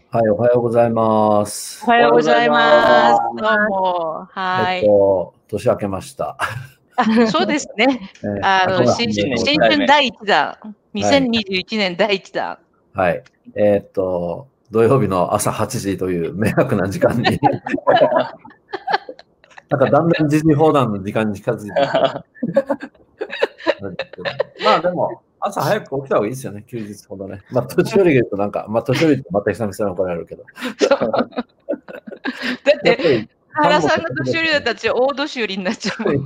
はい、おはようございます。 おはようございます。どうはも。はい。 年明けました。 そうですね。 明けましておめでとうございます。 新春第1弾。 はい。 2021年第1弾。 はい。土曜日の朝8時という迷惑な時間になんかだんだん時事放談の時間に近づいてきてまあでも、朝早く起きた方がいいですよね、休日ほどね。まあ、年寄りが言うとなんか、まあ、年寄りってまた久々に怒られるけど。 だって、原さんが年寄りだったら大年寄りになっちゃう。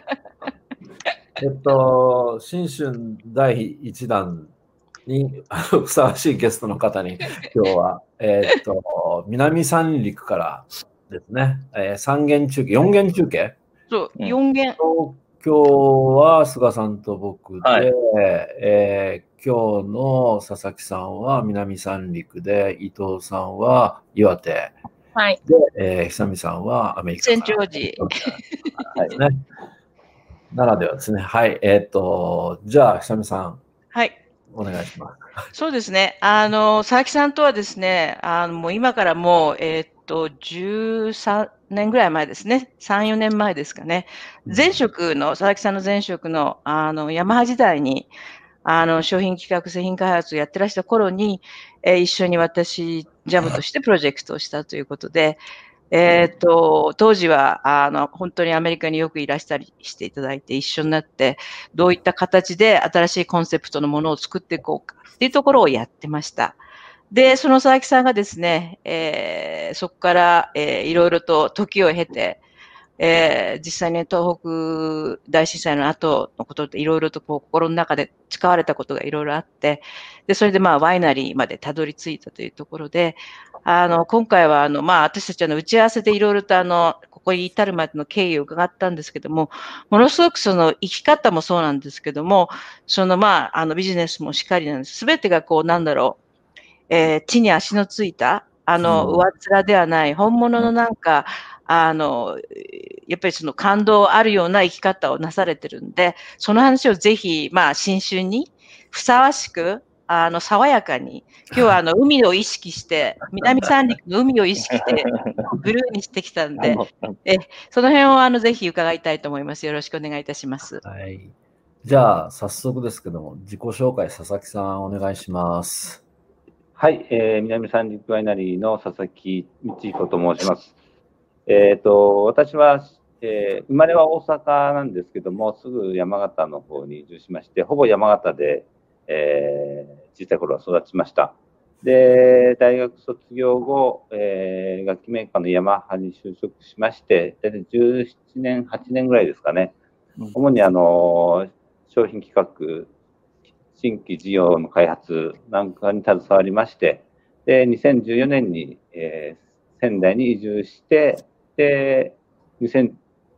新春第1弾にふさわしいゲストの方に今日は、南三陸からですね、3軒中継、4軒中継そう、4軒。 東京は菅さんと僕で、今日の佐々木さんは南三陸で、伊藤さんは岩手、 はい、 で、久美さんはアメリカセンチョージ。 はいね。ならではですね。はい。じゃあ、久美さん。 はい。 お願いします。 そうですね。佐々木さんとはですね、もう今からもう、13年ぐらい前ですね。3、4年前ですかね。前職の、佐々木さんの前職の、ヤマハ時代に、商品企画、製品開発をやってらした頃に、一緒に私、ジャムとしてプロジェクトをしたということで、当時は、本当にアメリカによくいらしたりしていただいて、一緒になって、どういった形で新しいコンセプトのものを作っていこうかっていうところをやってました。で、その佐々木さんがですね、そこから、いろいろと時を経て、実際に東北大震災の後のことっていろいろとこう心の中で誓われたことがいろいろあって、で、それでまあワイナリーまでたどり着いたというところで、今回はまあ私たち打ち合わせでいろいろとここに至るまでの経緯を伺ったんですけども、ものすごくその生き方もそうなんですけども、そのまあビジネスもしっかりなんです。すべてがこうなんだろう、地に足のついた、上っ面ではない、本物のなんか、やっぱりその感動あるような生き方をなされてるんで、その話をぜひ、まあ、新春にふさわしく、爽やかに、今日は海を意識して、南三陸の海を意識して、ブルーにしてきたんで、その辺をぜひ伺いたいと思います。よろしくお願いいたします。 はい。じゃあ、早速ですけども、自己紹介、佐々木さん、お願いします。 はい、南三陸ワイナリーの佐々木道彦と申します。私は、生まれは大阪なんですけども、すぐ山形の方に移住しまして、ほぼ山形で、小さい頃は育ちました。で、大学卒業後、楽器メーカーのヤマハに就職しまして、大体17年、8年ぐらいですかね。主に商品企画、新規事業の開発なんかに携わりまして、で、2014年に、仙台に移住して、で、2014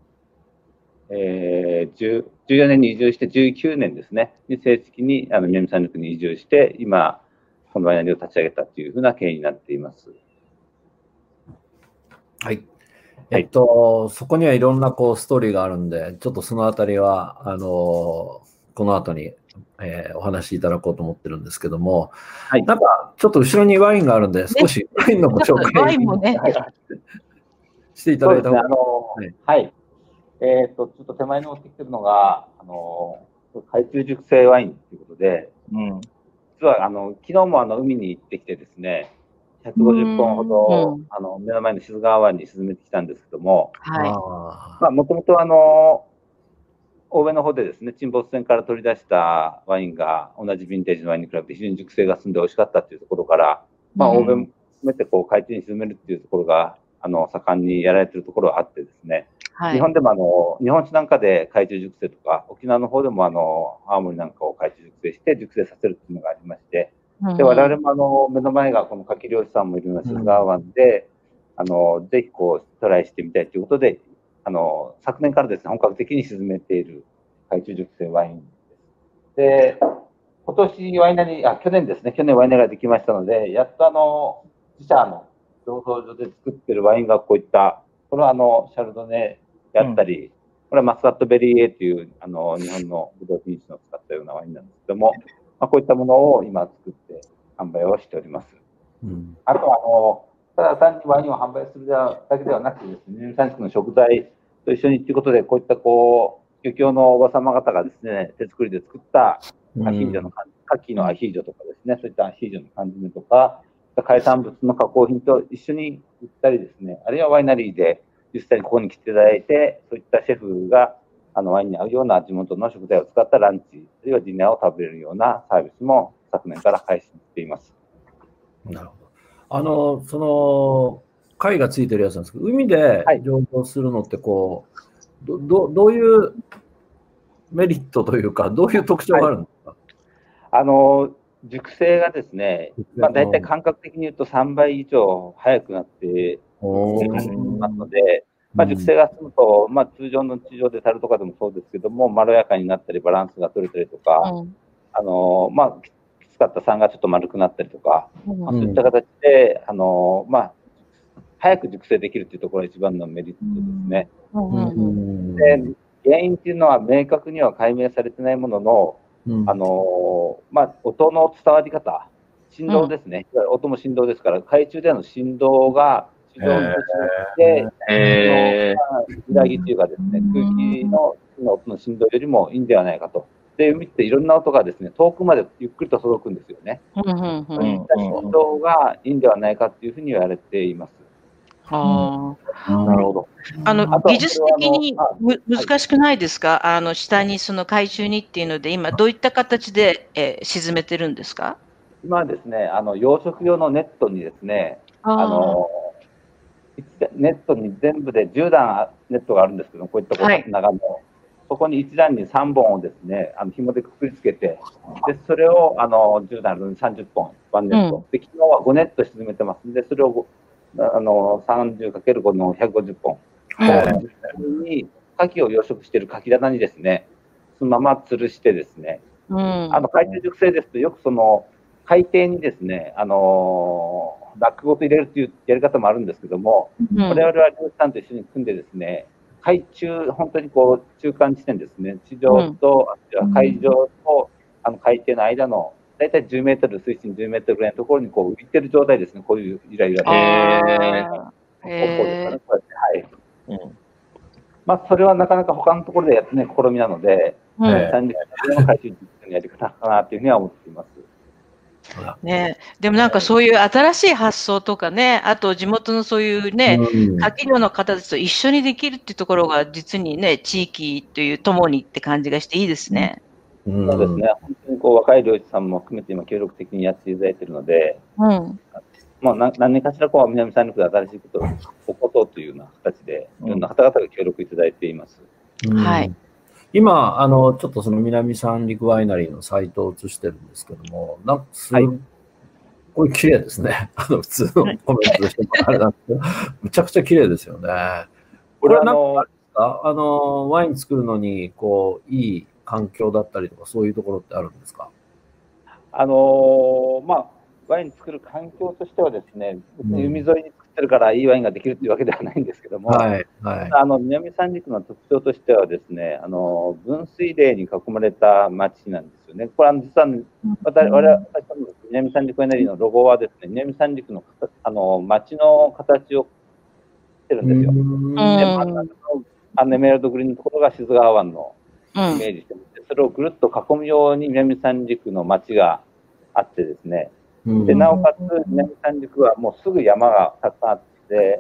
年に移住して19年ですね、に正式に南三陸に移住して、今、このワイナリーを立ち上げたというふうな経緯になっています。 はい。そこにはいろんなこうストーリーがあるんで、ちょっとそのあたりは、この後に、お話しいただこうと思ってるんですけども、はい、なんかちょっと後ろにワインがあるんで、少しワインのご紹介ワインもねしていただいた方が、 はい。ちょっと手前に持ってきてるのが、海中熟成ワインということで、実は昨日も海に行ってきてですね、150本ほど目の前の志津川湾に沈めてきたんですけども、もともと欧米の方でですね、沈没船から取り出したワインが同じヴィンテージのワインに比べて非常に熟成が進んで美味しかったというところから、欧米も含めてこう海中に沈めるっていうところが盛んにやられているところがあってですね、日本でも日本酒なんかで海中熟成とか、沖縄の方でも青森なんかを海中熟成して熟成させるっていうのがありまして、で我々も目の前がこの牡蠣漁師さんもいるような志津川湾で、ぜひこうトライしてみたいということで、昨年からですね、本格的に沈めている海中熟成ワインです。で、今年ワイナリー、去年ですね、去年ワイナリーができましたので、やっと自社の醸造所で作っているワインがこういった、これはシャルドネであったり、これはマスカットベリー A という日本のブドウ品種を使ったようなワインなんですけども、こういったものを今作って販売をしております。 あとただ単にワインを販売するだけではなくてですね、南三陸の食材と一緒にということで、こういった漁協のおば様方がですね、手作りで作ったアヒージョの牡蠣のアヒージョとかですね、そういったアヒージョの缶詰とか、海産物の加工品と一緒に売ったりですね、あるいはワイナリーで実際にここに来ていただいて、そういったシェフがワインに合うような地元の食材を使ったランチ、あるいはディナーを食べれるようなサービスも昨年から開始しています。 なるほど。その貝がついてるやつなんですけど、海で醸造するのってどういうメリットというか、どういう特徴があるんですか？ 熟成がですね、大体感覚的に言うと3倍以上早くなっていますので、熟成が進むと、通常の地上で樽とかでもそうですけども、まろやかになったり、バランスが取れたりとか、きつかった酸がちょっと丸くなったりとか、そういった形で、早く熟成できるというところが一番のメリットですね。で、原因っていうのは明確には解明されてないものの、音の伝わり方、振動ですね。音も振動ですから、海中での振動が地上にで、揺らぎというかですね、空気の音の振動よりもいいんではないかと。で、海っていろんな音がですね、遠くまでゆっくりと届くんですよね。そういった振動がいいんではないかというふうに言われています。 なるほど。技術的に難しくないですか？下に海中にっていうので、今どういった形で沈めてるんですか？ 今はですね、養殖用のネットにですね、ネットに全部で10段ネットがあるんですけど、こういった長めの、そこに1段に3本をですね、紐でくくりつけて、でそれを10段あるのに30本、ワンネット。で、昨日は5ネット沈めてますんで、それを30×5 の150本。に牡蠣を養殖している牡蠣棚にですね、そのまま吊るしてですね、海中熟成ですと、よく海底にですね、ラックごと入れるというやり方もあるんですけども、我々は漁師さんと一緒に組んでですね、海中、本当に中間地点ですね、地上と、海上と海底の間の、大体10メートル、水深10メートルぐらいのところに浮いてる状態ですね、こういうゆらゆらで。それはなかなか他のところでやってない試みなので、三陸の海中実験のやり方かなというふうには思っています。 でもなんかそういう新しい発想とかね、あと地元のそういうね、牡蠣漁の方たちと一緒にできるっていうところが実にね、地域というともにって感じがしていいですね。 そうですね。本当に若い漁師さんも含めて今協力的にやっていただいているので、何年かしら南三陸で新しいことを起こそうというような形で、いろんな方々が協力いただいています。 今、ちょっとその南三陸ワイナリーのサイトを映してるんですけども、なんかすごい綺麗ですね。普通のコメントとしてもあれなんですけど、むちゃくちゃ綺麗ですよね。これはなんかワイン作るのに、いい環境だったりとか、そういうところってあるんですか？ ワイン作る環境としてはですね、海沿いに作ってるからいいワインができるというわけではないんですけども、南三陸の特徴としてはですね、分水嶺に囲まれた町なんですよね。これ実は我々南三陸ワイナリーのロゴはですね、南三陸の町の形をしてるんですよ。エメラルドグリーンのところが志津川湾のイメージしてて、それをぐるっと囲むように南三陸の町があってですね、でなおかつ南三陸はもうすぐ山がたくさんあって、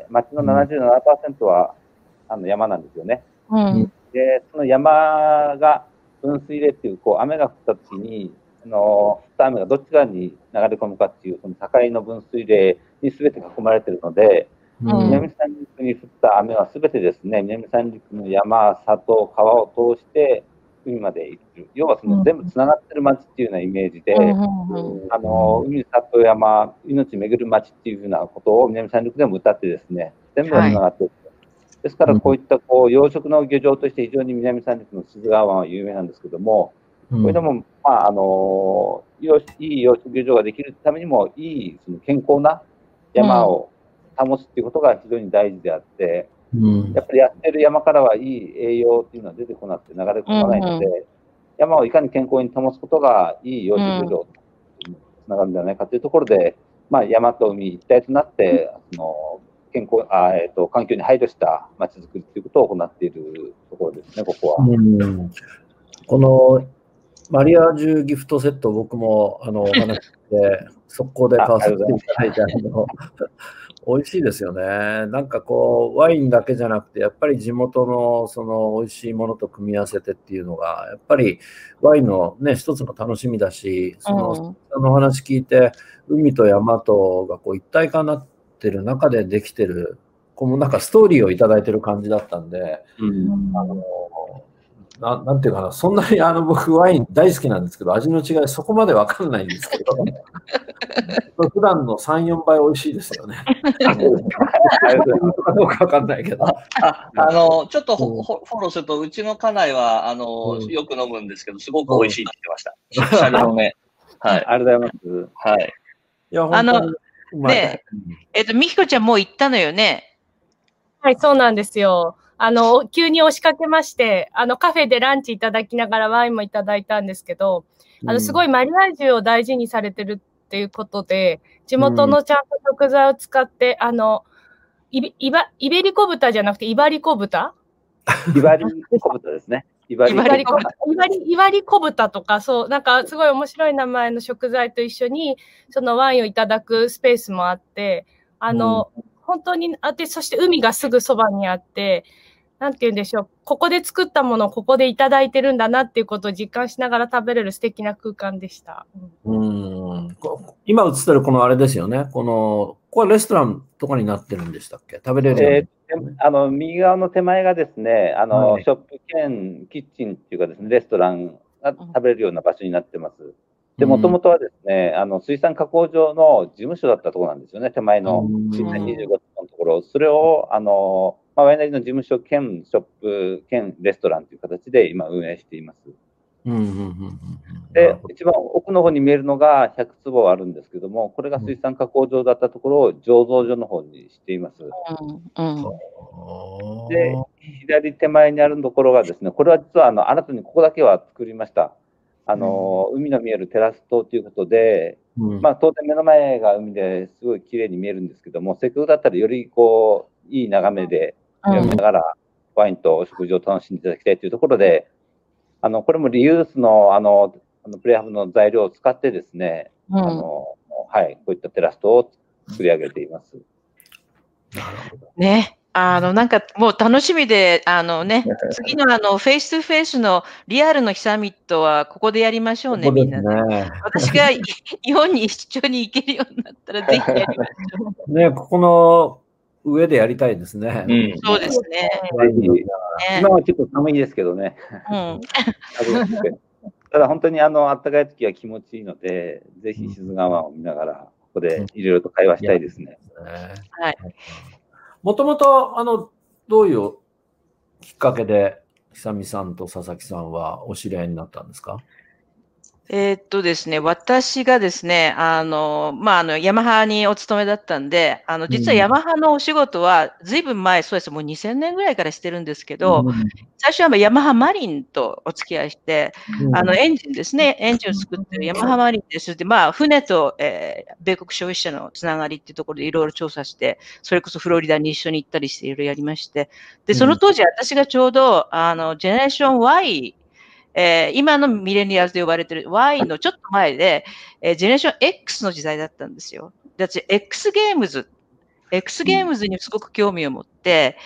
町の 77% は山なんですよね。でその山が分水嶺っていう、雨が降った時に降った雨がどっち側に流れ込むかっていう、その境の分水嶺に全て囲まれているので、南三陸に降った雨は全てですね、南三陸の山、里、川を通して海まで行く。要は全部つながってる町っていうようなイメージで、海、里、山、命巡る町っていうふうなことを南三陸でも歌ってですね、全部がつながっている。ですからこういった養殖の漁場として非常に南三陸の志津川湾は有名なんですけども、これでも、いい養殖漁場ができるためにも、いい健康な山を保つっていうことが非常に大事であって、やっぱりやってる山からはいい栄養っていうのは出てこなくて流れ込まないので、山をいかに健康に保つことがいい養殖漁場につながるんじゃないかというところで、 山と海一体となって、健康環境に配慮したまちづくりということを行っているところですね、ここは。 このマリアージュギフトセット、僕もお話して、速攻で買わせていただいて、美味しいですよね。なんかこう、ワインだけじゃなくて、やっぱり地元のその美味しいものと組み合わせてっていうのが、やっぱりワインのね、一つの楽しみだし、そのお話聞いて、海と山とがこう一体化になってる中でできてる、このなんかストーリーをいただいてる感じだったんで、なんていうかな、そんなに僕ワイン大好きなんですけど、味の違いそこまでわかんないんですけど、普段の3、4倍美味しいですよね。どうかわかんないけど。 ちょっとフォローすると、うちの家内は、よく飲むんですけど、すごく美味しいって言ってました。シャルドネ。はい。 ありがとうございます。 はい。 いや、本当にね、みきこちゃんもう行ったのよね。 はい、そうなんですよ。急に押しかけまして、カフェでランチいただきながらワインもいただいたんですけど、すごいマリアージュを大事にされてるっていうことで、地元のちゃんと食材を使って、イベリコ豚じゃなくて、イバリコ豚イバリコ豚ですね。イバリコ豚とか、そう、なんかすごい面白い名前の食材と一緒に、そのワインをいただくスペースもあって、本当にあって、そして海がすぐそばにあって、なんて言うんでしょう。ここで作ったものをここでいただいてるんだなっていうことを実感しながら食べれる素敵な空間でした。 今映ってるこのあれですよね。ここはレストランとかになってるんでしたっけ？食べれる右側の手前がですね、ショップ兼キッチンっていうかですね、レストランが食べれるような場所になってます。で、もともとはですね、水産加工場の事務所だったところなんですよね、手前の水産25のところ。それを、ワイナリーの事務所兼ショップ兼レストランという形で今運営しています。で、一番奥の方に見えるのが100坪あるんですけども、これが水産加工場だったところを醸造所の方にしています。で、左手前にあるところがですね、これは実は新たにここだけは作りました。海の見えるテラス棟ということで、当然目の前が海ですごい綺麗に見えるんですけども、せっかくだったらよりこう、いい眺めで見ながらワインとお食事を楽しんでいただきたいというところで、これもリユースのプレイハブの材料を使ってですね、こういったテラス棟を作り上げています。 ね。なんかもう楽しみで、次のフェイストゥフェイスのリアルの日サミットはここでやりましょうね、みんなで。私が日本に出張に行けるようになったらぜひやりましょう。 ね、ここの上でやりたいですね。 そうですね。 今はちょっと寒いですけどね。ただ本当に暖かい時は気持ちいいので、ぜひ志津川を見ながら、ここでいろいろと会話したいですね。 はい。 もともと、どういうきっかけで、久美さんと佐々木さんはお知り合いになったんですか？ ですね、私がですね、ヤマハにお勤めだったんで、実はヤマハのお仕事はずいぶん前、そうです、もう2000年ぐらいからしてるんですけど、最初はヤマハマリンとお付き合いして、エンジンですね、エンジンを作ってるヤマハマリンです。で、船と、米国消費者のつながりっていうところでいろいろ調査して、それこそフロリダに一緒に行ったりしていろいろやりまして、で、その当時私がちょうど、ジェネレーション Y、今のミレニアルと呼ばれている Y のちょっと前で、ジェネレーション X の時代だったんですよ。私、X ゲームズにすごく興味を持って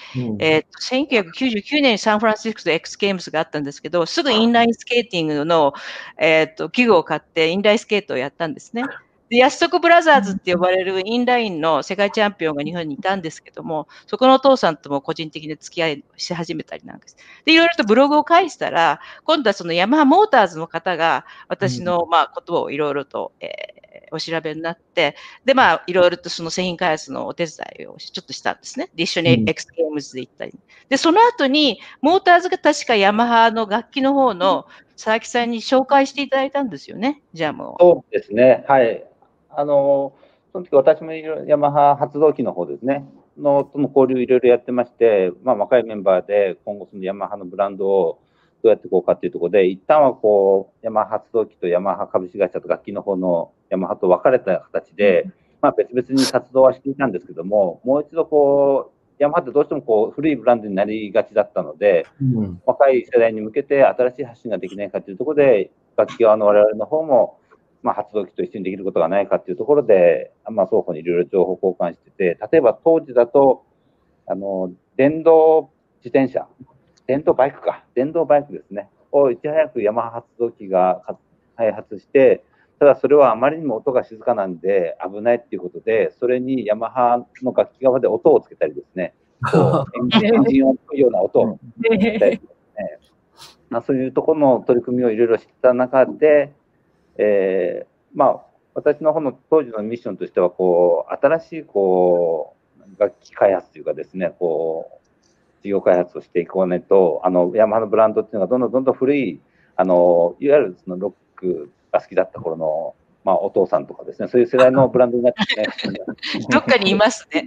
、1999年にサンフランシスコで X ゲームズがあったんですけど、すぐインラインスケーティングの、器具を買ってインラインスケートをやったんですね。で、安底ブラザーズって呼ばれるインラインの世界チャンピオンが日本にいたんですけども、そこのお父さんとも個人的に付き合いし始めたりなんかして。で、いろいろとブログを書いてたら、今度はそのヤマハモーターズの方が私のことをいろいろと、お調べになって、で、いろいろとその製品開発のお手伝いをちょっとしたんですね。で、一緒に X ゲームズで行ったり。で、その後に、モーターズが確かヤマハの楽器の方の佐々木さんに紹介していただいたんですよね、ジャムを。 そうですね、はい。その時私もヤマハ発動機の方ですね、との交流いろいろやってまして、若いメンバーで今後そのヤマハのブランドをどうやっていこうかっていうところで、一旦はこう、ヤマハ発動機とヤマハ株式会社と楽器の方のヤマハと分かれた形で、 まあ別々に活動はしていたんですけども、もう一度こう、ヤマハってどうしてもこう古いブランドになりがちだったので、若い世代に向けて新しい発信ができないかというところで、楽器側の我々の方も、まあ、発動機と一緒にできることがないかというところで、まあ、双方にいろいろ情報交換してて、例えば当時だと、電動自転車、電動バイクですね、をいち早くヤマハ発動機が開発して、ただそれはあまりにも音が静かなんで危ないっていうことで、それにヤマハの楽器側で音をつけたりですね、エンジン音というような音をつけたりですね、まあ、そういうところの取り組みをいろいろ知った中で、まあ、私の方の当時のミッションとしては、こう、新しい、こう、楽器開発というかですね、こう、事業開発をしていこうねと、ヤマハのブランドっていうのがどんどん古い、いわゆるそのロックが好きだった頃の、まあ、お父さんとかですね、そういう世代のブランドになってね。 どっかにいますね。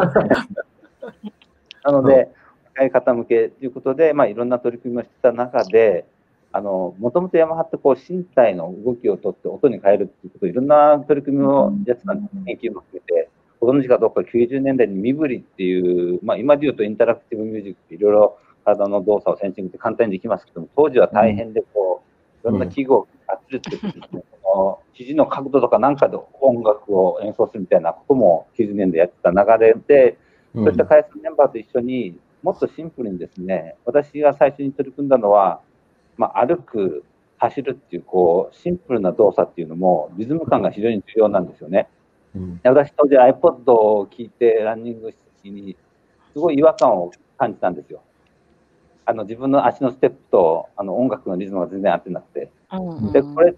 なので、若い方向けということで、まあ、いろんな取り組みをしてた中で、もともとヤマハってこう身体の動きをとって音に変えるっていうことをいろんな取り組みをやってたんです。研究も含めて。ご存知かどうか90年代に身振りっていう、まあ今で言うとインタラクティブミュージックっていろいろ体の動作をセンシングって簡単にできますけども、当時は大変でこう、いろんな器具を圧力してですね、肘の角度とかなんかで音楽を演奏するみたいなことも90年代やってた流れで、そういった開発メンバーと一緒にもっとシンプルにですね、私が最初に取り組んだのは、まあ、歩く、走るっていう、こう、シンプルな動作っていうのも、リズム感が非常に重要なんですよね。私、当時 iPod を聞いてランニングした時に、すごい違和感を感じたんですよ。自分の足のステップと音楽のリズムが全然合ってなくて。で、これって、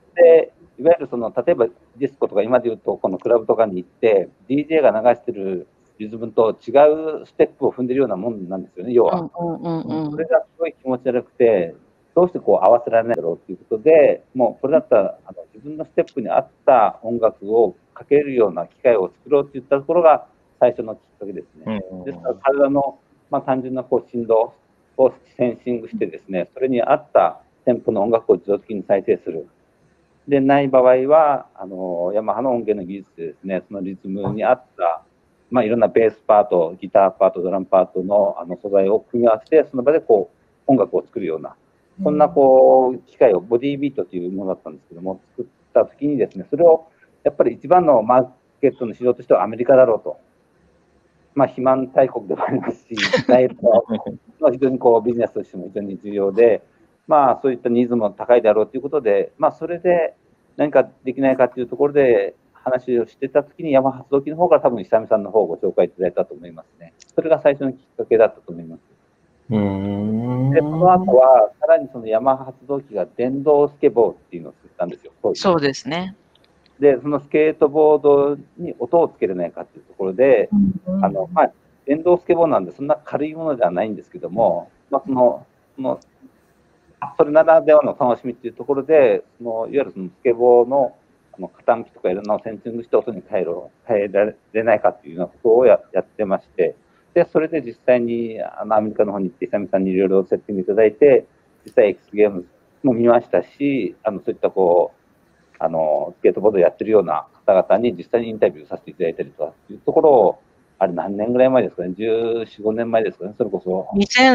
いわゆるその、例えばディスコとか今で言うと、このクラブとかに行って、DJ が流してるリズムと違うステップを踏んでるようなもんなんですよね、要は。それがすごい気持ち悪くて、どうしてこう合わせられないだろうということで、もうこれだったら自分のステップに合った音楽をかけるような機械を作ろうといったところが最初のきっかけですね。ですから体の、まあ、単純なこう振動をセンシングしてですね、それに合ったテンポの音楽を自動的に再生する。で、ない場合は、ヤマハの音源の技術でですね、そのリズムに合った、まあ、いろんなベースパート、ギターパート、ドラムパートの素材を組み合わせて、その場でこう音楽を作るような、こんなこう機械をボディービートというものだったんですけども、作ったときにですね、それをやっぱり一番のマーケットの市場としてはアメリカだろうと。まあ、肥満大国でもありますし、ダイエットは非常にこうビジネスとしても非常に重要で、まあ、そういったニーズも高いだろうということで、まあ、それで何かできないかというところで話をしてたときに、ヤマハ発動機の方から多分、久美さんの方をご紹介いただいたと思いますね。それが最初のきっかけだったと思います。で、その後は、さらにそのヤマハ発動機が電動スケボーっていうのを作ったんですよ。 そうですね。 で、そのスケートボードに音をつけれないかっていうところで、まあ、電動スケボーなんでそんな軽いものではないんですけども、まあ、それならではの楽しみっていうところで、いわゆるそのスケボーの傾きとかいろんなのをセンシングして音に変えられないかっていうようなことをやってまして、で、それで実際にアメリカの方に行って、久美さんにいろいろセッティングいただいて、実際 X ゲームも見ましたし、そういったこう、スケートボードやってるような方々に実際にインタビューさせていただいたりとかっていうところを、あれ何年ぐらい前ですかね、14、15年前ですかね、それこそ。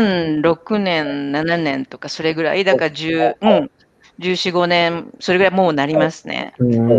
2006年、7年とかそれぐらい、だから14、15年、それぐらいもうなりますね。 全く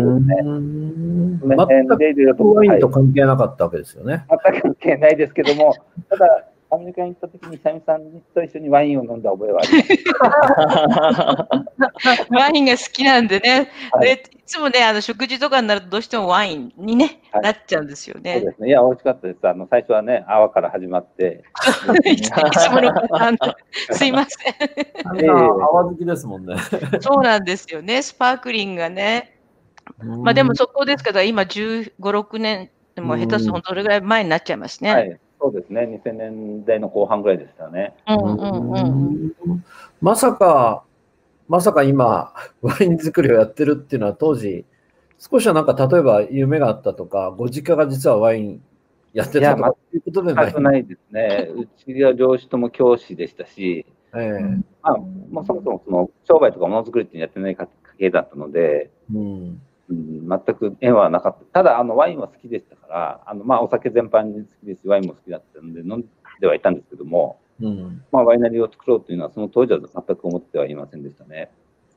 ワインと関係なかったわけですよね。 全く関係ないですけども、ただ、アメリカに行った時に久美さんと一緒にワインを飲んだ覚えはあります。 ワインが好きなんでね、でいつもね、食事とかになるとどうしてもワインにね、なっちゃうんですよね。 そうですね。いや、美味しかったです。最初はね、泡から始まって。 いつものパターンですいません。 泡好きですもんね。 そうなんですよね、スパークリングがね。まあでもそこですけど、今15、6年、もう下手するとそれぐらい前になっちゃいますね。 はい。そうですね。2000年代の後半ぐらいでしたね。 まさか今、ワイン作りをやってるっていうのは当時、少しはなんか例えば夢があったとか、ご実家が実はワインやってたとかっていうことでないですね。うちが両親とも教師でしたし、まあ、そもそもその商売とかものづくりってやってない家系だったので、 全く縁はなかった。ただ、ワインは好きでしたから、お酒全般に好きですし、ワインも好きだったので、飲んではいたんですけども、ワイナリーを作ろうというのは、その当時は全く思ってはいませんでしたね。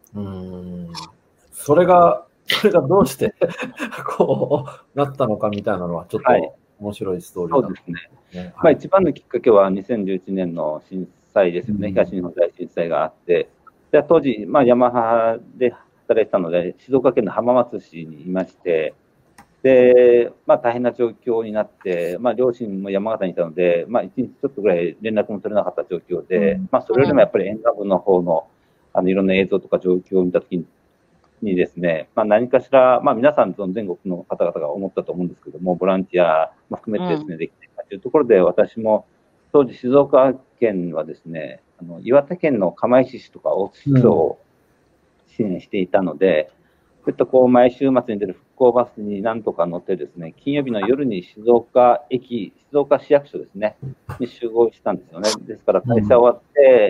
それがどうしてこうなったのかみたいなのは、ちょっと面白いストーリーそうですね。一番のきっかけは2011年の震災ですよね。東日本大震災があって、で当時、ヤマハで働いてたので、静岡県の浜松市にいまして、で、大変な状況になって、両親も山形にいたので、1日ちょっとぐらい連絡も取れなかった状況で、それよりもやっぱり沿岸部の方の、いろんな映像とか状況を見たときにですね、何かしら、皆さん、全国の方々が思ったと思うんですけども、ボランティアも含めてですね、できていたというところで、私も、当時、静岡県はですね、岩手県の釜石市とか大津市を支援していたので、そういった毎週末に出る復興バスに何とか乗ってですね、金曜日の夜に静岡市役所ですね、に集合したんですよね。ですから、会社終わって、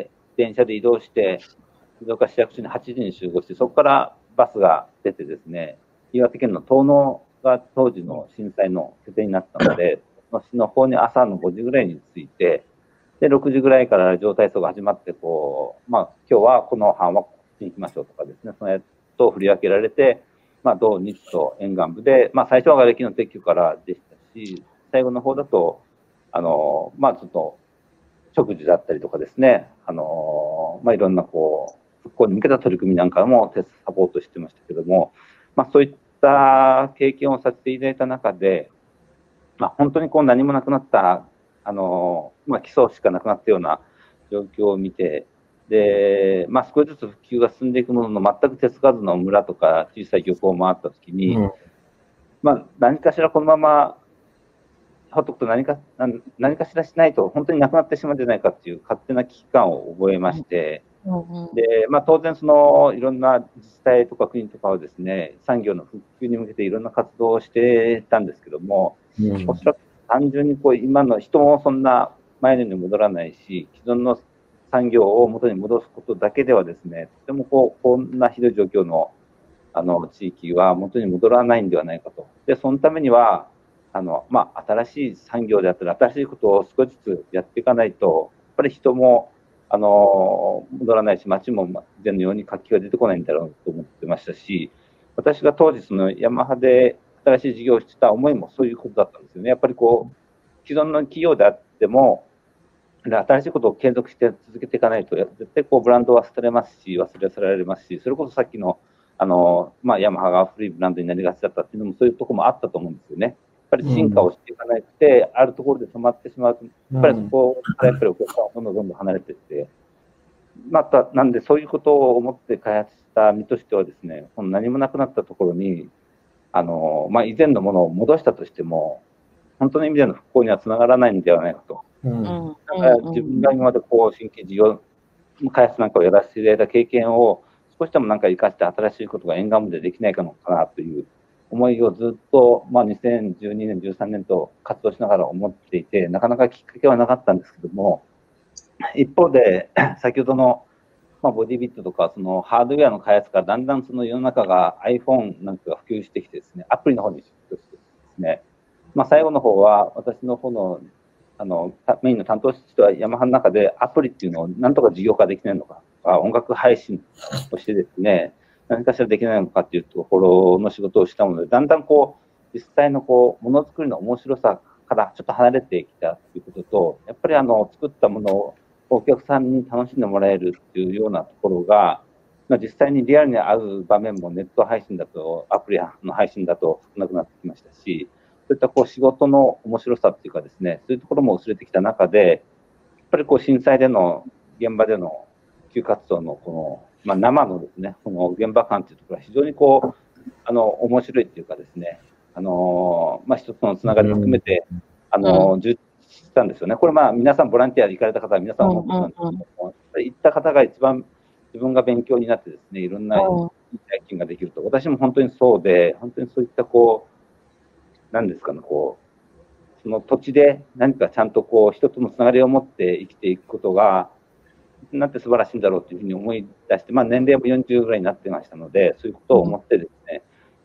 電車で移動して、静岡市役所に8時に集合して、そこからバスが出てですね、岩手県の遠野が当時の震災の拠点になったので、その市の方に朝の5時ぐらいに着いて、で、6時ぐらいからラジオ体操が始まって、今日はこの班はこっちに行きましょうとかですね、そのと振り分けられて、土日と沿岸部で、最初は瓦礫の撤去からでしたし、最後の方だと、ちょっと食事だったりとかですね、いろんな復興に向けた取り組みなんかもサポートしてましたけども、そういった経験をさせていただいた中で、本当に何もなくなった、基礎しかなくなったような状況を見て、で、少しずつ復旧が進んでいくものの、全く手つかずの村とか小さい漁港を回ったときに、何かしらこのままほっとくと何かしらしないと本当になくなってしまうんじゃないかっていう勝手な危機感を覚えまして、で、当然いろんな自治体とか国とかはですね、産業の復旧に向けていろんな活動をしてたんですけども、おそらく単純に今の人もそんな前のように戻らないし、既存の産業を元に戻すことだけではですね、とてもこんなひどい状況の地域は元に戻らないんではないかと。で、そのためには、新しい産業であったり、新しいことを少しずつやっていかないと、やっぱり人も、戻らないし、街も以前のように活気が出てこないんだろうと思ってましたし、私が当時、ヤマハで新しい事業をしてた思いもそういうことだったんですよね。やっぱり既存の企業であっても、新しいことを継続して続けていかないと、絶対ブランドは捨てれますし、忘れ去られますし、それこそさっきの、ヤマハが古いブランドになりがちだったっていうのも、そういうところもあったと思うんですよね。やっぱり進化をしていかなくて、あるところで止まってしまうと、やっぱりそこからやっぱりお客さんはどんどん離れていって、なんでそういうことを思って開発した身としてはですね、何もなくなったところに、以前のものを戻したとしても、本当の意味での復興にはつながらないんではないかと。だから自分が今まで新規事業開発なんかをやらせていただいた経験を少しでも生かして新しいことが沿岸部でできないかなという思いをずっと、2012年、13年と活動しながら思っていて、なかなかきっかけはなかったんですけども、一方で、先ほどの、ボディビットとか、ハードウェアの開発からだんだん世の中が iPhone なんかが普及してきてですね、アプリの方にシフトしてですね、最後の方は私の方のメインの担当としてはヤマハの中でアプリっていうのをなんとか事業化できないのかとか、音楽配信をしてですね、何かしらできないのかっていうところの仕事をしたもので、だんだん実際のものづくりの面白さからちょっと離れてきたということと、やっぱり作ったものをお客さんに楽しんでもらえるっていうようなところが、実際にリアルに会う場面もネット配信だと、アプリの配信だと少なくなってきましたし、そういった仕事の面白さっていうかですね、そういうところも薄れてきた中で、やっぱり震災での現場での復旧活動の生のですね、現場感っていうところは非常に面白いっていうかですね、一つのつながりも含めて、充実したんですよね。これ皆さんボランティアで行かれた方は皆さん思ってたんですけども、行った方が一番自分が勉強になってですね、いろんな体験ができると。私も本当にそうで、本当にそういった何ですかね、その土地で何かちゃんと人とのつながりを持って生きていくことが、なんて素晴らしいんだろうというふうに思い出して、年齢も40ぐらいになってましたので、そういうことを思ってですね、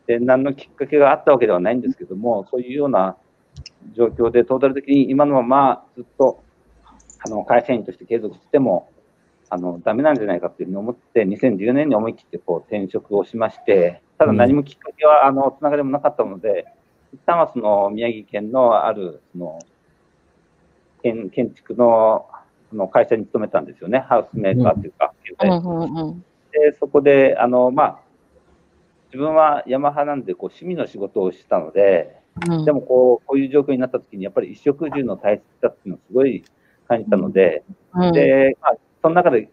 で、何のきっかけがあったわけではないんですけども、そういうような状況で、トータル的に今のままずっと、会社員として継続しても、ダメなんじゃないかっていうふうに思って、2010年に思い切って転職をしまして、ただ何もきっかけは、つながりもなかったので、一旦は宮城県のある、建築の、会社に勤めたんですよね。ハウスメーカーというか、で、そこで、自分はヤマハなんで、趣味の仕事をしたので、でもこういう状況になった時に、やっぱり衣食住の大切さっていうのをすごい感じたので、で、その中で、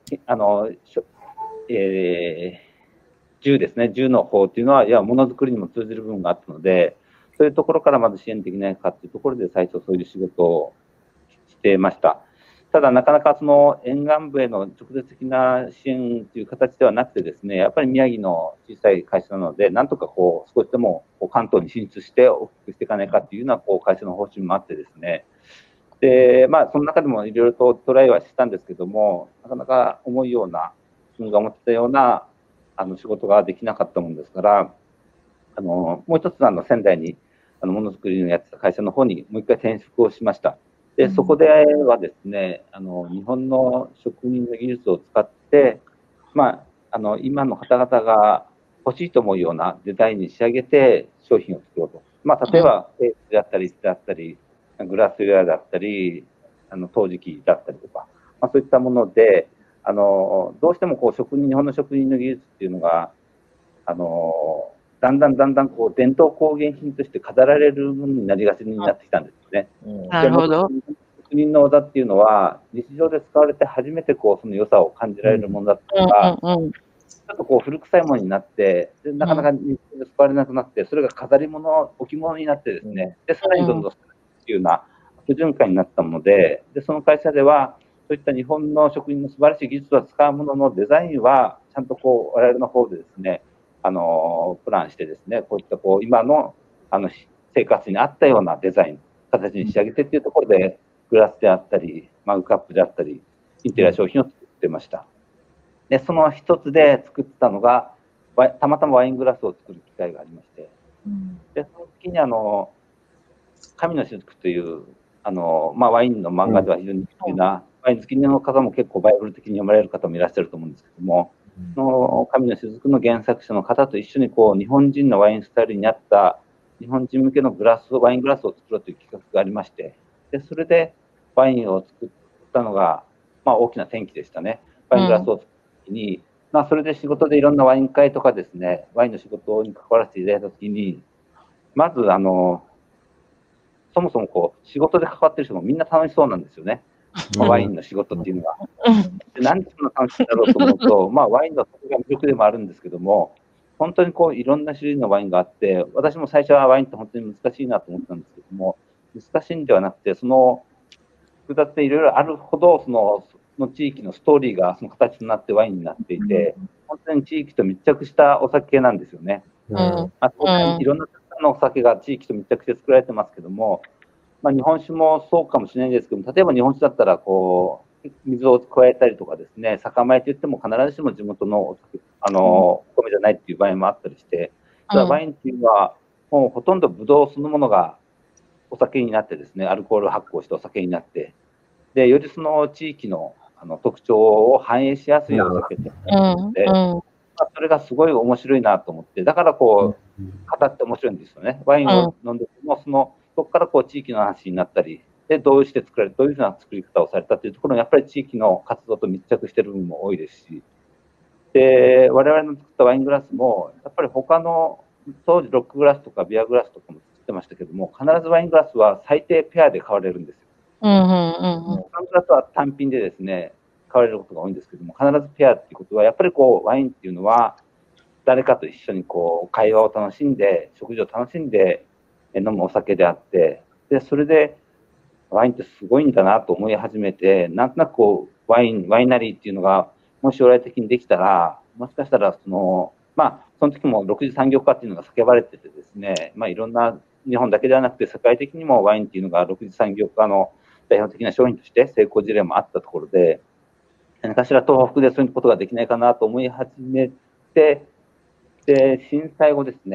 銃ですね、銃の方っていうのは、ものづくりにも通じる部分があったので、そういうところからまず支援できないかっていうところで、最初そういう仕事をしてました。ただ、なかなか沿岸部への直接的な支援という形ではなくてですね、やっぱり宮城の小さい会社なので、なんとか少しでも関東に進出して大きくしていかないかっていうような会社の方針もあってですね、で、その中でもいろいろとトライはしたんですけども、なかなか思うような、自分が思ってたような仕事ができなかったもんですから、もう一つ仙台にものづくりのやってた会社の方にもう一回転職をしました。で、そこではですね、日本の職人の技術を使って、今の方々が欲しいと思うようなデザインに仕上げて商品を作ろうと。例えば、テープであったり、グラスウェアだったり、陶磁器だったりとか、そういったもので、どうしても日本の職人の技術っていうのが、だんだん伝統工芸品として飾られるものになりがちになってきたんですよね。 なるほど。 職人の技っていうのは、日常で使われて初めてその良さを感じられるものだったのが、ちょっと古臭いものになって、でなかなか日常で使われなくなって、それが飾り物、置物になってですね、で、さらにどんどんっていうような不循環になったもので、その会社では、そういった日本の職人の素晴らしい技術を使うもののデザインは、ちゃんと我々の方でですね、プランしてですね、こういった今の生活に合ったようなデザイン、形に仕上げてっていうところで、グラスであったり、マグカップであったり、インテリア商品を作ってました。で、その一つで作ったのが、たまたまワイングラスを作る機会がありまして、で、その時に神の雫という、ワインの漫画では非常に好きな、ワイン好きの方も結構バイブル的に読まれる方もいらっしゃると思うんですけども、その神の雫の原作者の方と一緒に日本人のワインスタイルに合った日本人向けのワイングラスを作ろうという企画がありまして、で、それでワインを作ったのが、大きな転機でしたね。ワイングラスを作った時に、それで仕事でいろんなワイン会とかですね、ワインの仕事に関わらせていただいた時に、まずそもそも仕事で関わってる人もみんな楽しそうなんですよね。ワインの仕事っていうのは。なんでそんな楽しいんだろうと思うと、ワインのそこが魅力でもあるんですけども、本当にいろんな種類のワインがあって、私も最初はワインって本当に難しいなと思ったんですけども、難しいんではなくて、複雑でいろいろあるほど、その地域のストーリーがその形になってワインになっていて、本当に地域と密着したお酒なんですよね。いろんなお酒が地域と密着して作られてますけども、日本酒もそうかもしれないんですけど、例えば日本酒だったら水を加えたりとかですね、酒米といっても必ずしも地元のお米じゃないっていう場合もあったりして、ワインっていうのはもうほとんどブドウそのものがお酒になってですね、アルコール発酵してお酒になって、で、よりその地域の特徴を反映しやすいお酒ってなるので、それがすごい面白いなと思って、だから語って面白いんですよね。ワインを飲んでも、そこから地域の話になったり、で、どうして作られる、どういうふうな作り方をされたというところに、やっぱり地域の活動と密着している部分も多いですし、で、我々の作ったワイングラスも、やっぱり他の、当時ロックグラスとかビアグラスとかも作ってましたけども、必ずワイングラスは最低ペアで買われるんですよ。ワイングラスは単品でですね、買われることが多いんですけども、必ずペアっていうことは、やっぱりワインっていうのは、誰かと一緒に会話を楽しんで、食事を楽しんで飲むお酒であって、で、それで、ワインってすごいんだなと思い始めて、なんとなくワイナリーっていうのが、もし将来的にできたら、もしかしたらその時も6次産業化っていうのが叫ばれててですね、いろんな日本だけではなくて世界的にもワインっていうのが6次産業化の代表的な商品として成功事例もあったところで、何かしら東北でそういうことができないかなと思い始めて、で、震災後ですね、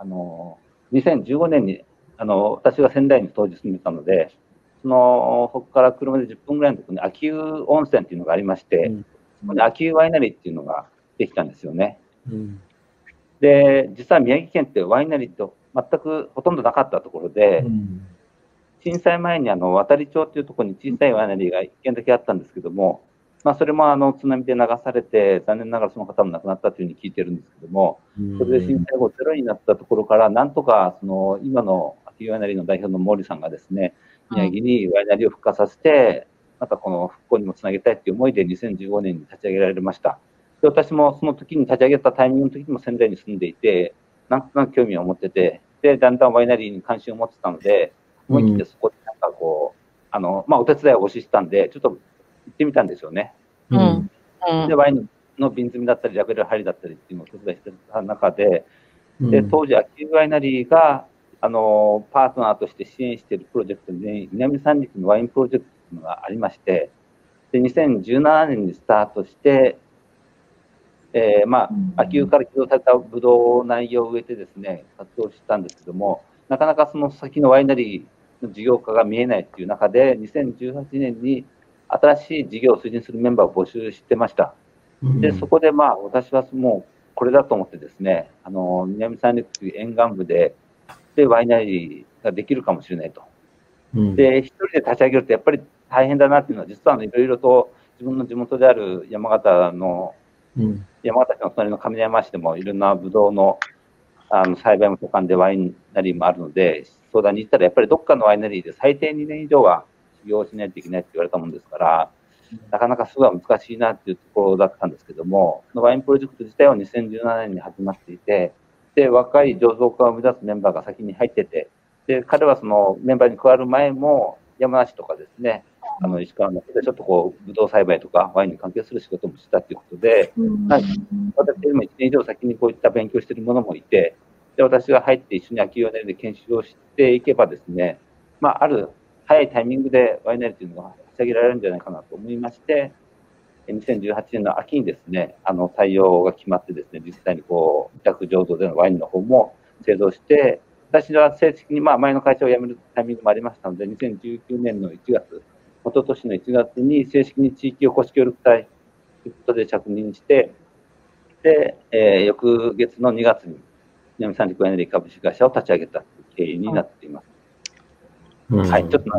2015年に、私が仙台に当時住んでたので、そこから車で10分ぐらいのところに秋保温泉っていうのがありまして、そこに秋保ワイナリーっていうのができたんですよね。で、実は宮城県ってワイナリーって全くほとんどなかったところで、震災前に渡町っていうところに小さいワイナリーが1軒だけあったんですけども、それも津波で流されて、残念ながらその方も亡くなったというふうに聞いてるんですけども、それで震災後ゼロになったところから、なんとか今の秋保ワイナリーの代表の毛利さんがですね、宮城にワイナリーを復活させて、またこの復興にもつなげたいという思いで2015年に立ち上げられました。で、私もその時に立ち上げたタイミングの時にも仙台に住んでいて、なんとなく興味を持ってて、で、だんだんワイナリーに関心を持ってたので、思い切ってそこでなんかこう、お手伝いを募集したんで、ちょっと行ってみたんですよね。で、ワインの瓶詰めだったり、ラベル貼りだったりっていうのを手伝いしてた中で、で、当時、秋保ワイナリーが、パートナーとして支援しているプロジェクトに、南三陸のワインプロジェクトというのがありまして、で、2017年にスタートして、秋保から起動されたブドウ内容を植えてですね、活動したんですけども、なかなかその先のワイナリーの事業化が見えないという中で、2018年に新しい事業を推進するメンバーを募集してました。で、そこで私はもうこれだと思ってですね、南三陸沿岸部でワイナリーができるかもしれないと。で、一人で立ち上げるとやっぱり大変だなっていうのは、実はいろいろと自分の地元である山形市の隣の上山市でもいろんなブドウの栽培も盛んでワイナリーもあるので、相談に行ったらやっぱりどっかのワイナリーで最低2年以上は修行しないといけないって言われたもんですから、なかなかすごい難しいなっていうところだったんですけども、ワインプロジェクト自体は2017年に始まっていて、で、若い醸造家を生み出すメンバーが先に入ってて、で、彼はそのメンバーに加わる前も、山梨とかですね、石川の中でちょっとこう、ブドウ栽培とかワインに関係する仕事もしたということで、私よりも1年以上先にこういった勉強している者もいて、で、私が入って一緒に秋保ワイナリーで研修をしていけばですね、ある早いタイミングでワイナリーというのが立ち上げられるんじゃないかなと思いまして、2018年の秋にですね、採用が決まってですね、実際にこう、委託醸造でのワインの方も製造して、私は正式に前の会社を辞めるタイミングもありましたので、2019年の1月、一昨年の1月に正式に地域おこし協力隊ということで着任して、で、翌月の2月に南三陸ワイナリー株式会社を立ち上げた経緯になっています。はい、ちょっと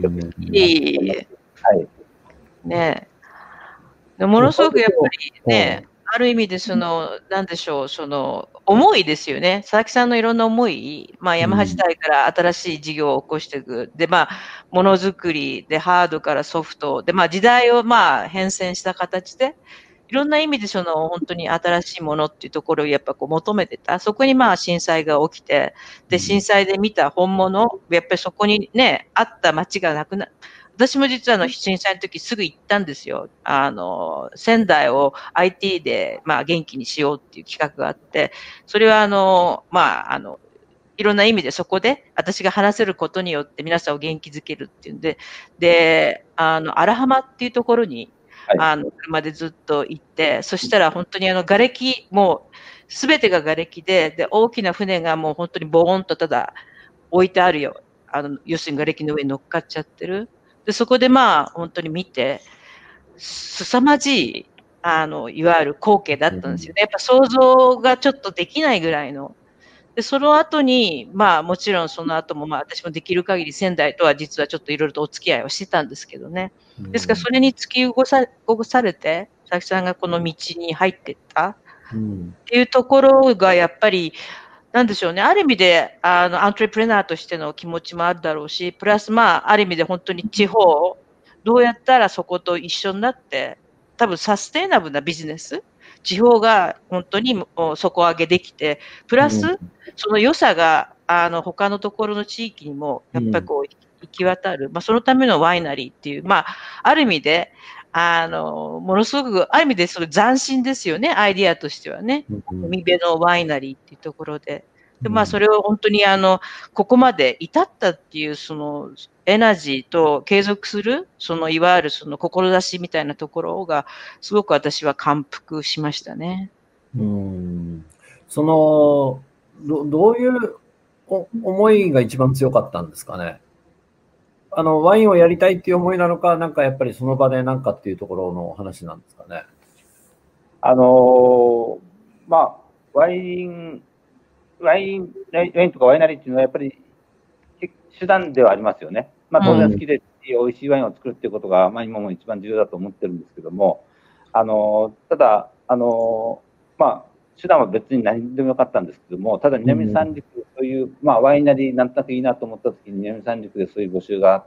はい。ねえ。ものすごくやっぱりね、ある意味でなんでしょう、思いですよね。佐々木さんのいろんな思い、ヤマハ時代から新しい事業を起こしていく。で、ものづくりでハードからソフト。で、時代を変遷した形で、いろんな意味で本当に新しいものっていうところをやっぱこう求めてた。そこに震災が起きて、で、震災で見た本物、やっぱりそこにね、あった街がなくな、私も実は震災の時すぐ行ったんですよ。仙台を IT で元気にしようっていう企画があって、それはいろんな意味でそこで私が話せることによって皆さんを元気づけるっていうんで、で、荒浜っていうところに、車でずっと行って、そしたら本当に瓦礫、もうすべてが瓦礫で、大きな船がもう本当にボーンとただ置いてあるよ。要するに瓦礫の上に乗っかっちゃってる。で、そこで本当に見て、凄まじい、いわゆる光景だったんですよね。やっぱ想像がちょっとできないぐらいの。で、その後に、もちろんその後も私もできる限り仙台とは実はちょっといろいろとお付き合いをしてたんですけどね。ですからそれに突き動かされて、佐々木さんがこの道に入っていったっていうところがやっぱり、なんでしょうね。ある意味で、アントレプレナーとしての気持ちもあるだろうし、プラスある意味で本当に地方、どうやったらそこと一緒になって、多分サステイナブルなビジネス、地方が本当に底上げできて、プラス、その良さが、他のところの地域にも、やっぱりこう、行き渡る。そのためのワイナリーっていう、ある意味で、ものすごく、ある意味でそれ斬新ですよね、アイディアとしてはね。海辺のワイナリーっていうところで。で、それを本当にここまで至ったっていう、エナジーと継続する、いわゆる志みたいなところが、すごく私は感服しましたね。 どういう思いが一番強かったんですかね。ワインをやりたいっていう思いなのか、なんかやっぱりその場でなんかっていうところの話なんですかね。 まあ、ワインとかワイナリーっていうのはやっぱり手段ではありますよね。まあ、当然好きで美味しいワインを作るっていうことが、まあ、今も一番重要だと思ってるんですけども、ただ、まあ、手段は別に何でもよかったんですけども、ただ南三陸、そういう、まあ、ワイナリーなんとなくいいなと思ったときに南三陸でそういう募集があって、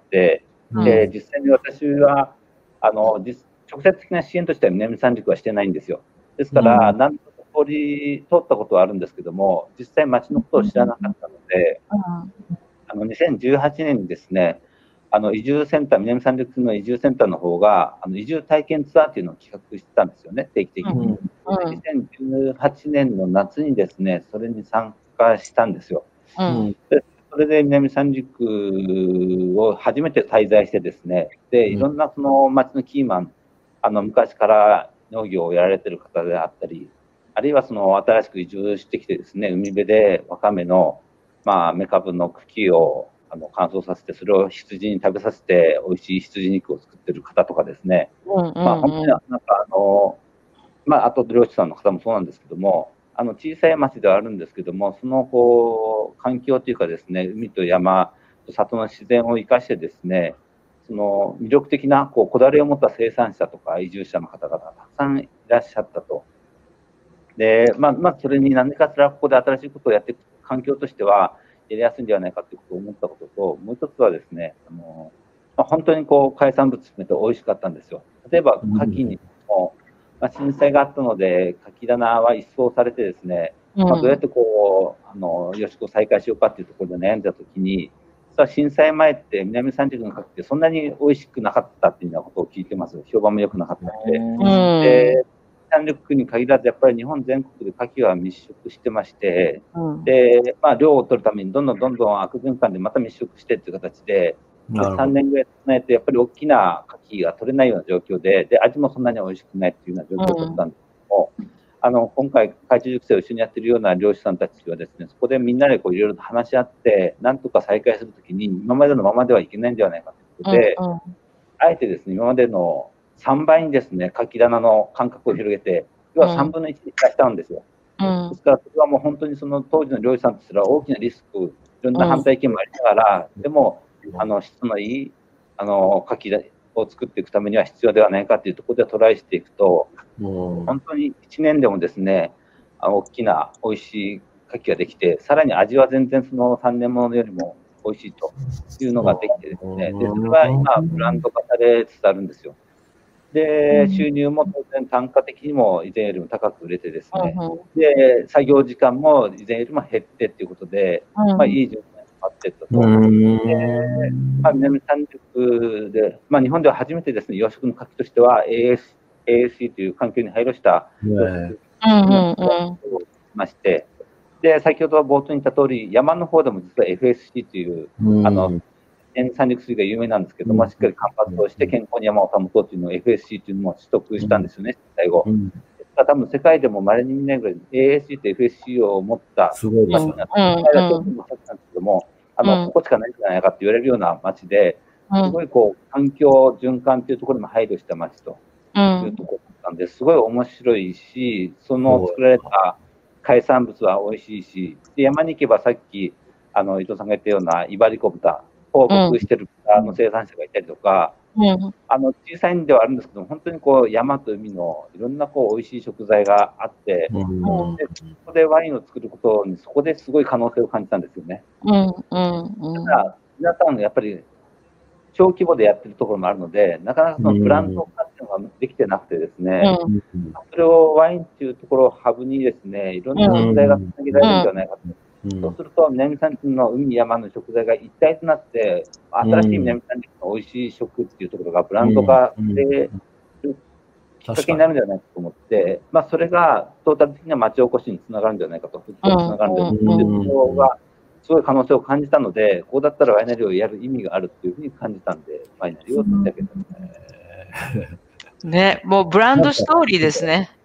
で、実際に私は、直接的な支援としては南三陸はしてないんですよ。ですから、なんとか通ったことはあるんですけども、実際町のことを知らなかったので、2018年にですね、移住センター、南三陸の移住センターの方が、移住体験ツアーっていうのを企画してたんですよね、定期的に。2018年の夏にですね、それに参加したんですよ。でそれで南三陸を初めて滞在してですね、で、いろんなその町のキーマン、昔から農業をやられてる方であったり、あるいはその新しく移住してきてですね、海辺でわかめの、まあ、メカブの茎を乾燥させて、それを羊に食べさせて、美味しい羊肉を作ってる方とかですね、まあ、本当になんかまあ、あと漁師さんの方もそうなんですけども、小さい町ではあるんですけども、そのこう環境というかですね、海と山と里の自然を生かしてですね、その魅力的なこだわりを持った生産者とか移住者の方々がたくさんいらっしゃったと。で、まあ、それに何かしらここで新しいことをやっていく環境としては、やりやすいんではないかということを思ったことと、もう一つはですね、本当に海産物含めて美味しかったんですよ。例えば、牡蠣にも、まあ、震災があったので、牡蠣棚は一掃されてですね、まあ、どうやってよしこ再開しようかっていうところで悩んだときに、実は震災前って南三陸の牡蠣ってそんなに美味しくなかったっていうようなことを聞いてます。評判も良くなかったので。で、三陸に限らず、やっぱり日本全国で牡蠣は密食してまして、で、まあ、量を取るためにどんどん悪循環でまた密食してっていう形で、3年ぐらいないと、やっぱり大きな牡蠣が取れないような状況で、味もそんなに美味しくないっていうような状況だったんですけども、今回、海中熟成を一緒にやってるような漁師さんたちはですね、そこでみんなでいろいろと話し合って、なんとか再開するときに、今までのままではいけないんではないかということで、あえてですね、今までの3倍にですね、牡蠣棚の間隔を広げて、要は3分の1に減らしたんですよ。ですから、それはもう本当にその当時の漁師さんとしては大きなリスク、いろんな反対意見もありながら、でも、質のいい牡蠣を作っていくためには必要ではないかというところでトライしていくと、本当に1年でもですね、大きな美味しい牡蠣ができて、さらに味は全然その3年ものよりも美味しいというのができてですね、でそれは今、ブランド化されつつあるんですよ。で、収入も当然単価的にも以前よりも高く売れてですね、で、作業時間も以前よりも減ってっていうことで、まあ、いい状態になっていったと。で、まあ、南三陸で、まあ、日本では初めてですね、養殖の牡蠣としては ASC という環境に配慮した養殖をしまして、で、先ほど冒頭に言った通り、山の方でも実は FSC という、南三陸水が有名なんですけども、しっかり間伐をして健康に山を保とうというのを FSC というのも取得したんですよね、最後。多分世界でも稀に見ないぐらい ASC と FSC を持った町になって、世界だと思ったんですけども、ここしかないんじゃないかって言われるような町で、すごい環境循環というところにも配慮した町というところだったんで、すごい面白いし、その作られた海産物は美味しいし、で山に行けばさっき伊藤さんが言ったようなイバリコ豚、放牧してる豚の生産者がいたりとか、小さいんではあるんですけど、本当に山と海のいろんな美味しい食材があって、でそこでワインを作ることに、そこですごい可能性を感じたんですよね。ただ、皆さんやっぱり小規模でやってるところもあるので、なかなかそのブランド化っていうのができてなくてですね、それをワインっていうところをハブにですね、いろんな食材がつなげられるんじゃないかと。そうすると、南三陸の海、山の食材が一体となって、新しい南三陸の美味しい食っていうところがブランド化できっかけになるんじゃないかと思って、まあ、それがトータル的な町おこしにつながるんじゃないかと、つながるんじゃないかというところが、すごい可能性を感じたので、こうだったらワイナリーをやる意味があるっていうふうに感じたんで、ワイナリーを立ち上げた。 ね、もうブランドストーリーですね。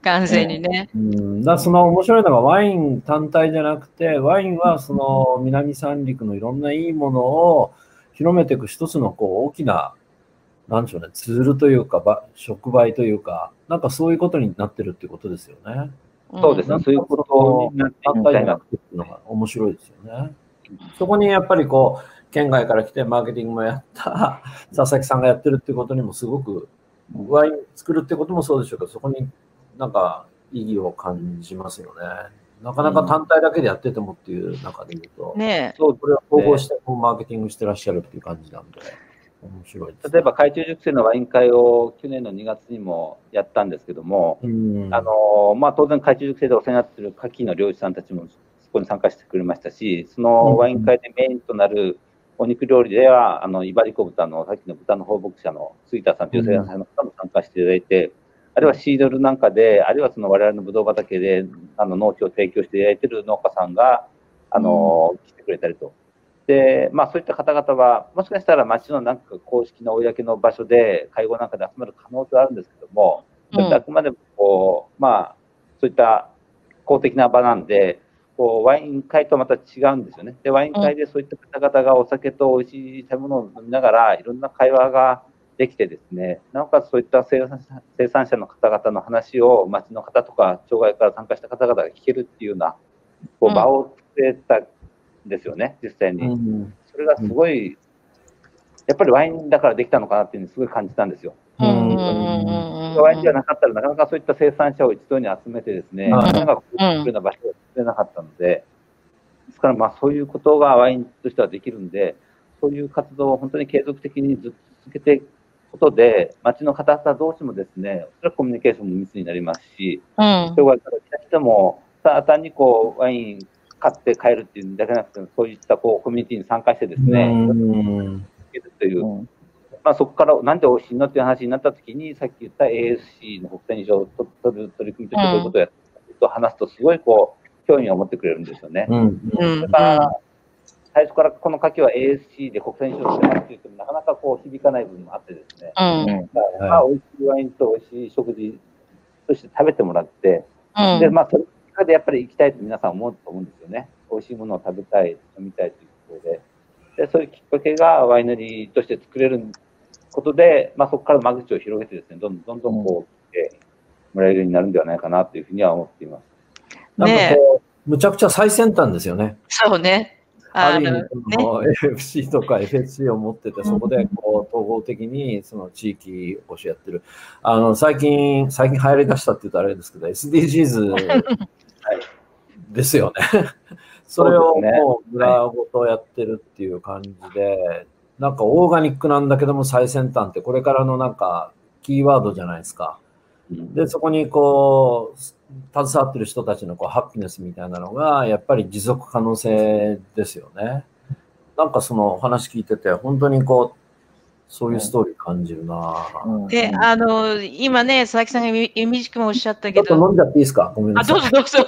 完全にね。 その面白いのがワイン単体じゃなくて、ワインはその南三陸のいろんないいものを広めていく一つの大きな、なんでしょうね、ツールというか、触媒というか、なんかそういうことになってるっていうことですよね。 そうですね、そういうことになって単体じゃなくてっていうのが面白いですよね。そこにやっぱり県外から来てマーケティングもやった佐々木さんがやってるっていうことにもすごく、ワイン作るってこともそうでしょうけど、そこになんか意義を感じますよね。なかなか単体だけでやっててもっていう中で言うと、そうこれを統合してマーケティングしてらっしゃるっていう感じなんで、面白いですね。 例えば、海中熟成のワイン会を去年の2月にもやったんですけども、当然、海中熟成でお世話になっている牡蠣の漁師さんたちもそこに参加してくれましたし、そのワイン会でメインとなるお肉料理では、イバリコ豚のさっきの豚の放牧者の杉田さんという生産者の方も参加していただいて、あるいはシードルなんかで、あるいは我々のブドウ畑で農地を提供していただいている農家さんが来てくれたりと。で、そういった方々は、もしかしたら町のなんか公式の公の場所で会合なんかで集まる可能性はあるんですけども、あくまでもそういった公的な場なんで、ワイン会とまた違うんですよね。で、ワイン会でそういった方々がお酒と美味しい食べ物を飲みながら、いろんな会話ができてですね、なおかつそういった生産者の方々の話を町の方とか、町外から参加した方々が聞けるっていうような場を作れたんですよね、実際に。それがすごい、やっぱりワインだからできたのかなっていうのをすごい感じたんですよ。ワインじゃなかったらなかなかそういった生産者を一堂に集めてですね、みんながこういうような場所を作れなかったので、ですからそういうことがワインとしてはできるんで、そういう活動を本当に継続的にずっと続けていくことで、町の方々同士もですね、おそらくコミュニケーションも密になりますし、人が来た人も、単にワイン買って帰るっていうだけじゃなくて、そういったコミュニティに参加してですね、という、そこからなんで美味しいのっていう話になったときに、さっき言った ASC の国際認証を取る取り組みとしてこういうことをやってと話すと、すごい興味を持ってくれるんですよね。だから最初からこの牡蠣は ASC で国際認証してますって言っても、なかなか響かない部分もあってですね、美味しいワインと美味しい食事として食べてもらって、で、それでやっぱり行きたいと皆さん思うと思うんですよね。美味しいものを食べたい、飲みたいということで。で、そういうきっかけがワイナリーとして作れることで、そこから間口を広げてですね、どんどん来てもらえるようになるんではないかなというふうには思っています。 なんかむちゃくちゃ最先端ですよね。 そうね。 ある意味、FC とか FHC を持ってて、そこで統合的にその地域おこしやってる。最近流行り出したって言うとあれですけど、SDGs ですよね。それをもう村ごとやってるっていう感じで、なんかオーガニックなんだけども最先端ってこれからのなんかキーワードじゃないですか。で、そこに携わってる人たちのハッピネスみたいなのが、やっぱり持続可能性ですよね。なんかその話聞いてて、本当にそういうストーリー感じるなで、今ね、佐々木さんが意味軸もおっしゃったけど。 ちょっと飲んじゃっていいですか？ごめんなさい。 どうぞどうぞ。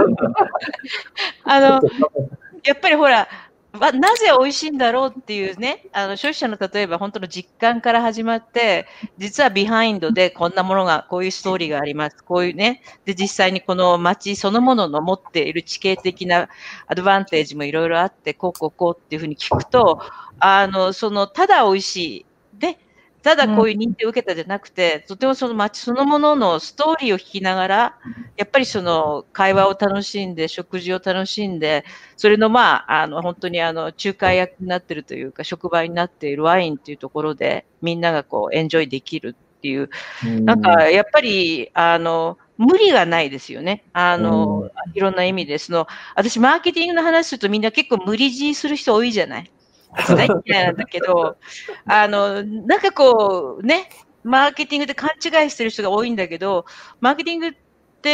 やっぱりほら、なぜ美味しいんだろうっていうね、消費者の例えば本当の実感から始まって、実はビハインドでこんなものが、こういうストーリーがあります。こういうね、で、実際にこの街そのものの持っている地形的なアドバンテージもいろいろあって、こうっていうふうに聞くと、ただ美味しい。で、ただこういう認定を受けたじゃなくて、とてもその街そのもののストーリーを聞きながら、やっぱりその会話を楽しんで、食事を楽しんで、それの本当に仲介役になっているというか、触媒になっているワインっていうところで、みんながエンジョイできるっていう、なんかやっぱり、無理がないですよね。いろんな意味で、私マーケティングの話するとみんな結構無理強いする人多いじゃない。大嫌いなんだけど、なんかマーケティングで勘違いしてる人が多いんだけど、マーケティングって、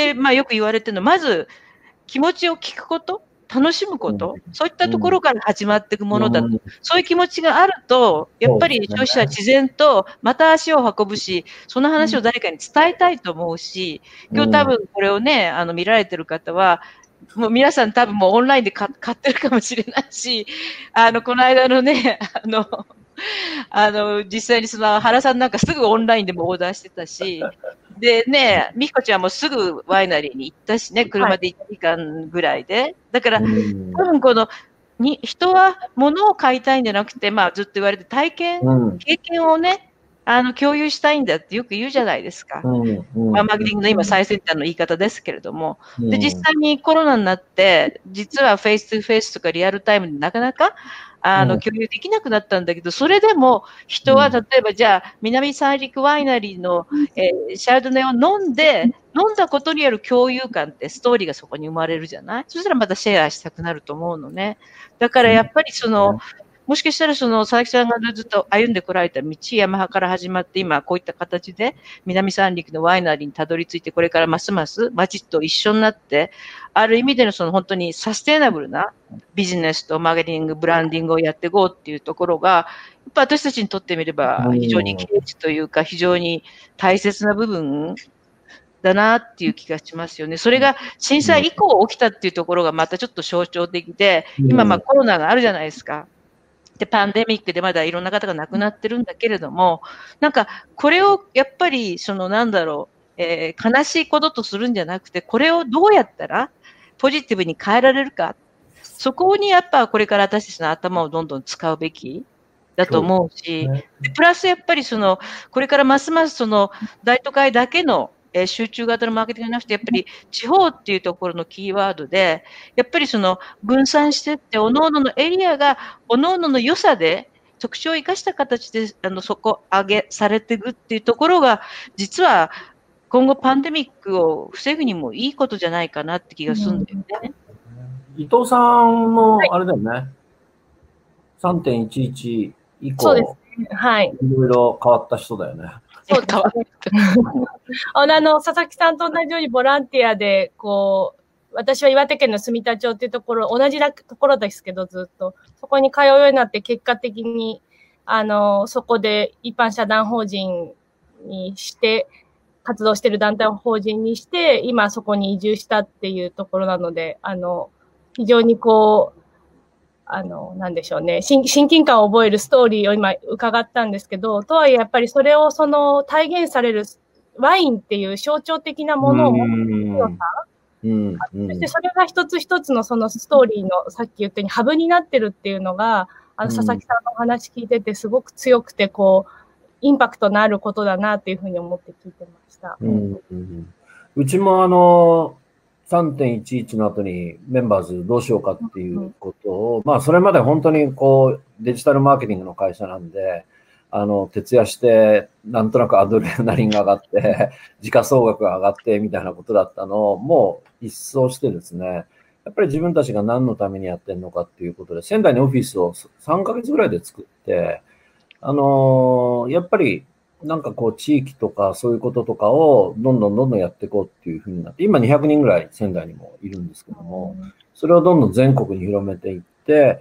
よく言われてるのは、まず気持ちを聞くこと、楽しむこと、そういったところから始まっていくものだと、そういう気持ちがあると、やっぱり消費者は自然とまた足を運ぶし、その話を誰かに伝えたいと思うし、今日多分これをね、見られてる方は、もう皆さん多分もうオンラインで買ってるかもしれないし、この間のね、実際に原さんなんかすぐオンラインでもオーダーしてたし、 でね、美彦ちゃんもすぐワイナリーに行ったしね、車で1時間ぐらいで。だから、多分この、人は物を買いたいんじゃなくて、まあずっと言われて経験をね、共有したいんだってよく言うじゃないですか。マーケティングの今最先端の言い方ですけれども。で、実際にコロナになって、実はフェイストゥフェイスとかリアルタイムでなかなか、共有できなくなったんだけど、それでも人は例えばじゃあ、南三陸ワイナリーの、シャルドネを飲んだことによる共有感ってストーリーがそこに生まれるじゃない？そしたらまたシェアしたくなると思うのね。だからやっぱりもしかしたら佐々木さんがずっと歩んでこられた道、ヤマハから始まって今こういった形で南三陸のワイナリーにたどり着いて、これからますます街と一緒になって、ある意味での本当にサステイナブルなビジネスとマーケティング、ブランディングをやっていこうっていうところが、やっぱ私たちにとってみれば非常に啓示というか非常に大切な部分だなっていう気がしますよね。それが震災以降起きたっていうところがまたちょっと象徴的で、今コロナがあるじゃないですか。で、パンデミックでまだいろんな方が亡くなってるんだけれども、なんかこれをやっぱり悲しいこととするんじゃなくて、これをどうやったらポジティブに変えられるか。そこにやっぱこれから私たちの頭をどんどん使うべきだと思うし、プラスやっぱりこれからますます大都会だけの集中型のマーケティングじゃなくて、やっぱり地方っていうところのキーワードで、やっぱり分散していって、各々のエリアが各々の良さで特徴を生かした形で底上げされていくっていうところが、実は今後パンデミックを防ぐにもいいことじゃないかなって気がするんだよね。 伊藤さんもあれだよね。3.11 以降、 そうですね。はい。 いろいろ変わった人だよね。 そうですね。佐々木さんと同じようにボランティアで、私は岩手県の住田町っていうところ、同じところですけど、ずっと。そこに通うようになって、結果的に、そこで一般社団法人にして、活動している団体を法人にして、今そこに移住したっていうところなので、非常になんでしょうね、親近感を覚えるストーリーを今伺ったんですけど、とはいえやっぱりそれを体現されるワインっていう象徴的なものを持っている強さ、そしてそれが一つ一つのストーリーのさっき言ったようにハブになってるっていうのが、佐々木さんのお話聞いててすごく強くて、インパクトのあることだなっていうふうに思って聞いてました。 うちも3.11 の後にメンバーズどうしようかっていうことを、まあそれまで本当にデジタルマーケティングの会社なんで、徹夜してなんとなくアドレナリンが上がって、時価総額が上がってみたいなことだったのをもう一掃してですね、やっぱり自分たちが何のためにやってるのかっていうことで、仙台にオフィスを3ヶ月ぐらいで作って、やっぱりなんか地域とかそういうこととかをどんどんやっていこうっていうふうになって、今200人ぐらい仙台にもいるんですけども、それをどんどん全国に広めていって、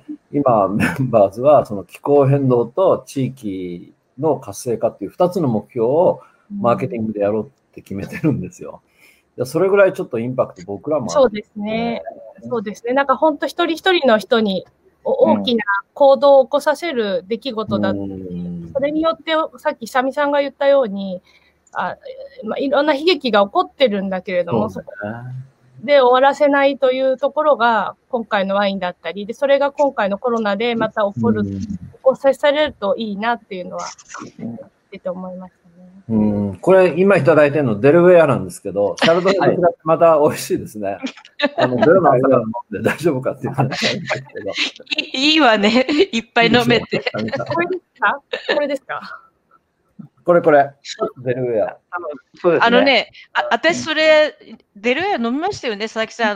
今メンバーズはその気候変動と地域の活性化っていう2つの目標をマーケティングでやろうって決めてるんですよ。それぐらいちょっとインパクト僕らもある、 そうですね。そうですね。なんか本当一人一人の人に大きな行動を起こさせる出来事だって、それによってさっき久美さんが言ったようにいろんな悲劇が起こってるんだけれども、そこで終わらせないというところが今回のワインだったりで、それが今回のコロナでまた起こされるといいなっていうのは出て思いましたね。 これ今いただいてるのデルウェアなんですけど、シャルドネと違ってまた美味しいですね。デルの朝から飲んで大丈夫かっていう話なんですけど。 いいわね。いっぱい飲めて。 これですか？これですか？ これ。デルウェア。 そうですね。 私それ、デルウェア飲みましたよね、佐々木さん。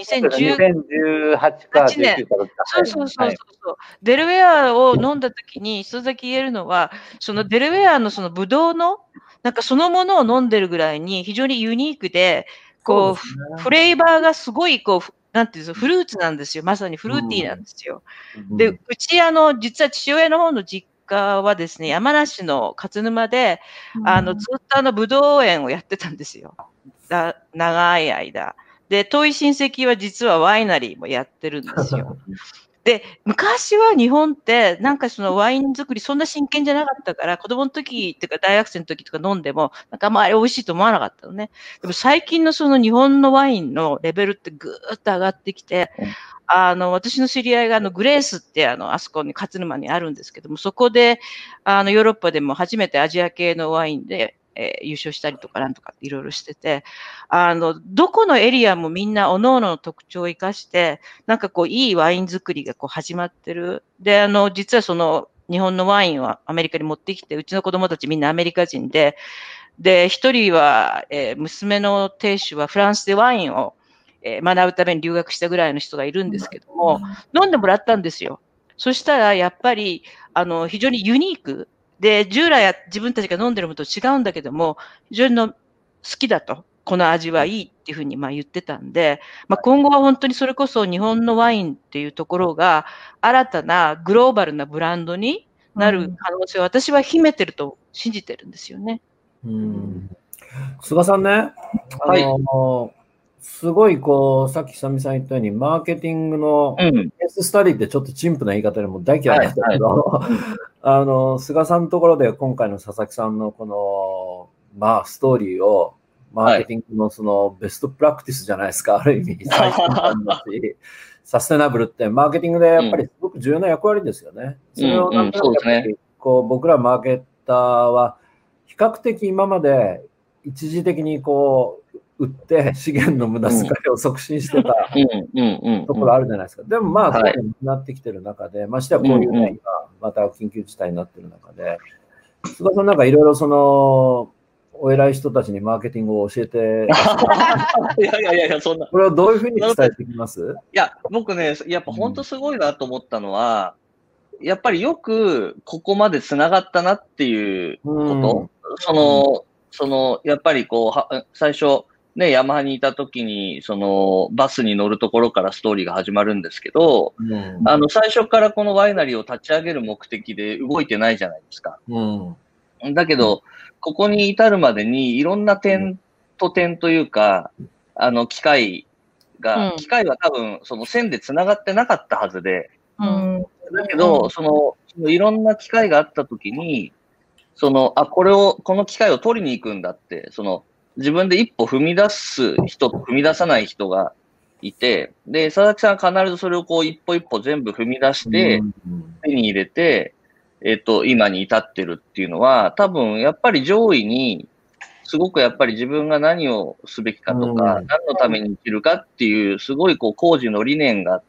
2018か19か。 そう。デルウェアを飲んだときに、一つだけ言えるのは、そのデルウェアのそのブドウの、なんかそのものを飲んでるぐらいに非常にユニークで、フレーバーがすごい、なんていうんですか、フルーツなんですよ。まさにフルーティーなんですよ。で、うち、実は父親の方の実家はですね、山梨の勝沼で、ずっとぶどう園をやってたんですよ。長い間。で、遠い親戚は実はワイナリーもやってるんですよ。 で、昔は日本って、なんかそのワイン作りそんな真剣じゃなかったから、子供の時っていうか大学生の時とか飲んでも、なんかあんまり美味しいと思わなかったのね。でも最近のその日本のワインのレベルってぐーっと上がってきて、私の知り合いがグレースってあそこに勝沼にあるんですけども、そこで、ヨーロッパでも初めてアジア系のワインで、優勝したりとかなんとかいろいろしてて、どこのエリアもみんな各々の特徴を生かして、なんかこういいワイン作りがこう始まってる。で、実はその日本のワインはアメリカに持ってきて、うちの子供たちみんなアメリカ人で、で、一人は、娘の亭主はフランスでワインを、学ぶために留学したぐらいの人がいるんですけども、飲んでもらったんですよ。そしたらやっぱり、非常にユニーク。で、従来自分たちが飲んでるものと違うんだけども、非常に好きだと、この味はいいっていうふうに言ってたんで、今後は本当にそれこそ日本のワインっていうところが新たなグローバルなブランドになる可能性を私は秘めてると信じてるんですよね。 菅さんね、すごいさっき久美さん言ったように、マーケティングのケーススタディってちょっと陳腐な言い方でも大嫌いなんだけど、菅さんのところで今回の佐々木さんのこの、ストーリーを、マーケティングのそのベストプラクティスじある意味、サステナブルってマーケティングでやっぱりすごく重要な役割ですよね。それをなんとなくやっぱり僕らマーケターは、比較的今まで一時的に売って資源の無駄遣いを促進してたところあるじゃないですか。でもそういうになってきてる中で、ましてはこういうね、今、また緊急事態になってる中で、菅さんなんかいろいろお偉い人たちにマーケティングを教えていや、そんな。 これをどういうふうに伝えていきます？ いや、僕ね、やっぱ本当すごいなと思ったのは、やっぱりよくここまで繋がったなっていうこと。やっぱり最初、ね、ヤマハにいた時に、バスに乗るところからストーリーが始まるんですけど、最初からこのワイナリーを立ち上げる目的で動いてないじゃないですか。だけど、ここに至るまでにいろんな点と点というか、機械は多分、線で繋がってなかったはずで、だけど、いろんな機会があったときに、この機会を取りに行くんだって、自分で一歩踏み出す人と踏み出さない人がいて、で、佐々木さんは必ずそれを一歩一歩全部踏み出して、手に入れて、今に至ってるっていうのは、多分、やっぱり上位に、すごくやっぱり自分が何をすべきかとか、何のために生きるかっていう、すごい工事の理念があって、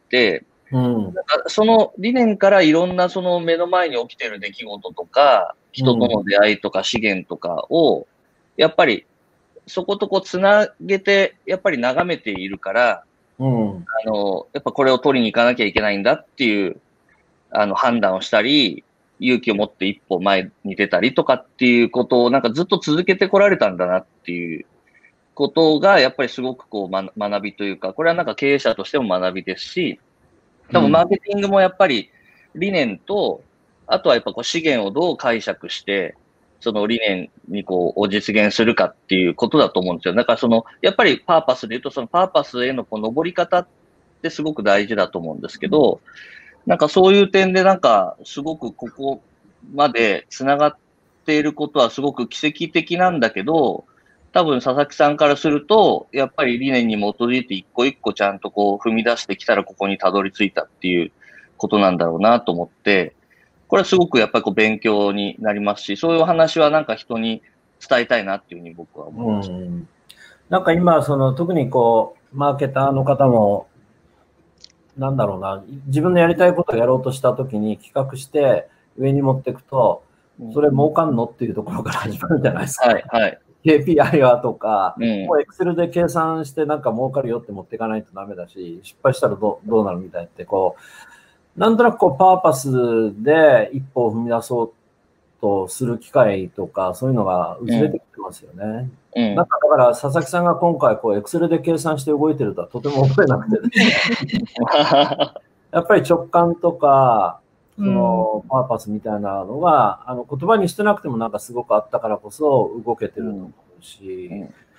その理念からいろんな目の前に起きてる出来事とか、人との出会いとか資源とかを、やっぱりそことつなげて、やっぱり眺めているから、やっぱこれを取りに行かなきゃいけないんだっていう、判断をしたり、勇気を持って一歩前に出たりとかっていうことをなんかずっと続けてこられたんだなっていうことが、やっぱりすごく学びというか、これはなんか経営者としても学びですし、多分マーケティングもやっぱり理念と、あとはやっぱ資源をどう解釈して、その理念にを実現するかっていうことだと思うんですよ。だからやっぱりパーパスで言うと、そのパーパスへの登り方ってすごく大事だと思うんですけど、なんかそういう点でなんかすごくここまで繋がっていることはすごく奇跡的なんだけど、多分佐々木さんからすると、やっぱり理念に基づいて一個一個ちゃんと踏み出してきたらここにたどり着いたっていうことなんだろうなと思って、これはすごくやっぱり勉強になりますし、そういうお話はなんか人に伝えたいなっていうふうに僕は思います。 なんか今、特にマーケターの方も、なんだろうな、自分のやりたいことをやろうとしたときに企画して上に持っていくと、それ儲かんのっていうところから始まるじゃないですか。KPI はとか、もう Excel で計算してなんか儲かるよって持っていかないとダメだし、失敗したらどうなるみたいってなんとなくパーパスで一歩を踏み出そうとする機会とか、そういうのが薄れてきてますよね。だから佐々木さんが今回Excel で計算して動いてるとはとても思えなくてですね。やっぱり直感とか、パーパスみたいなのが、言葉にしてなくてもなんかすごくあったからこそ動けてると思うし、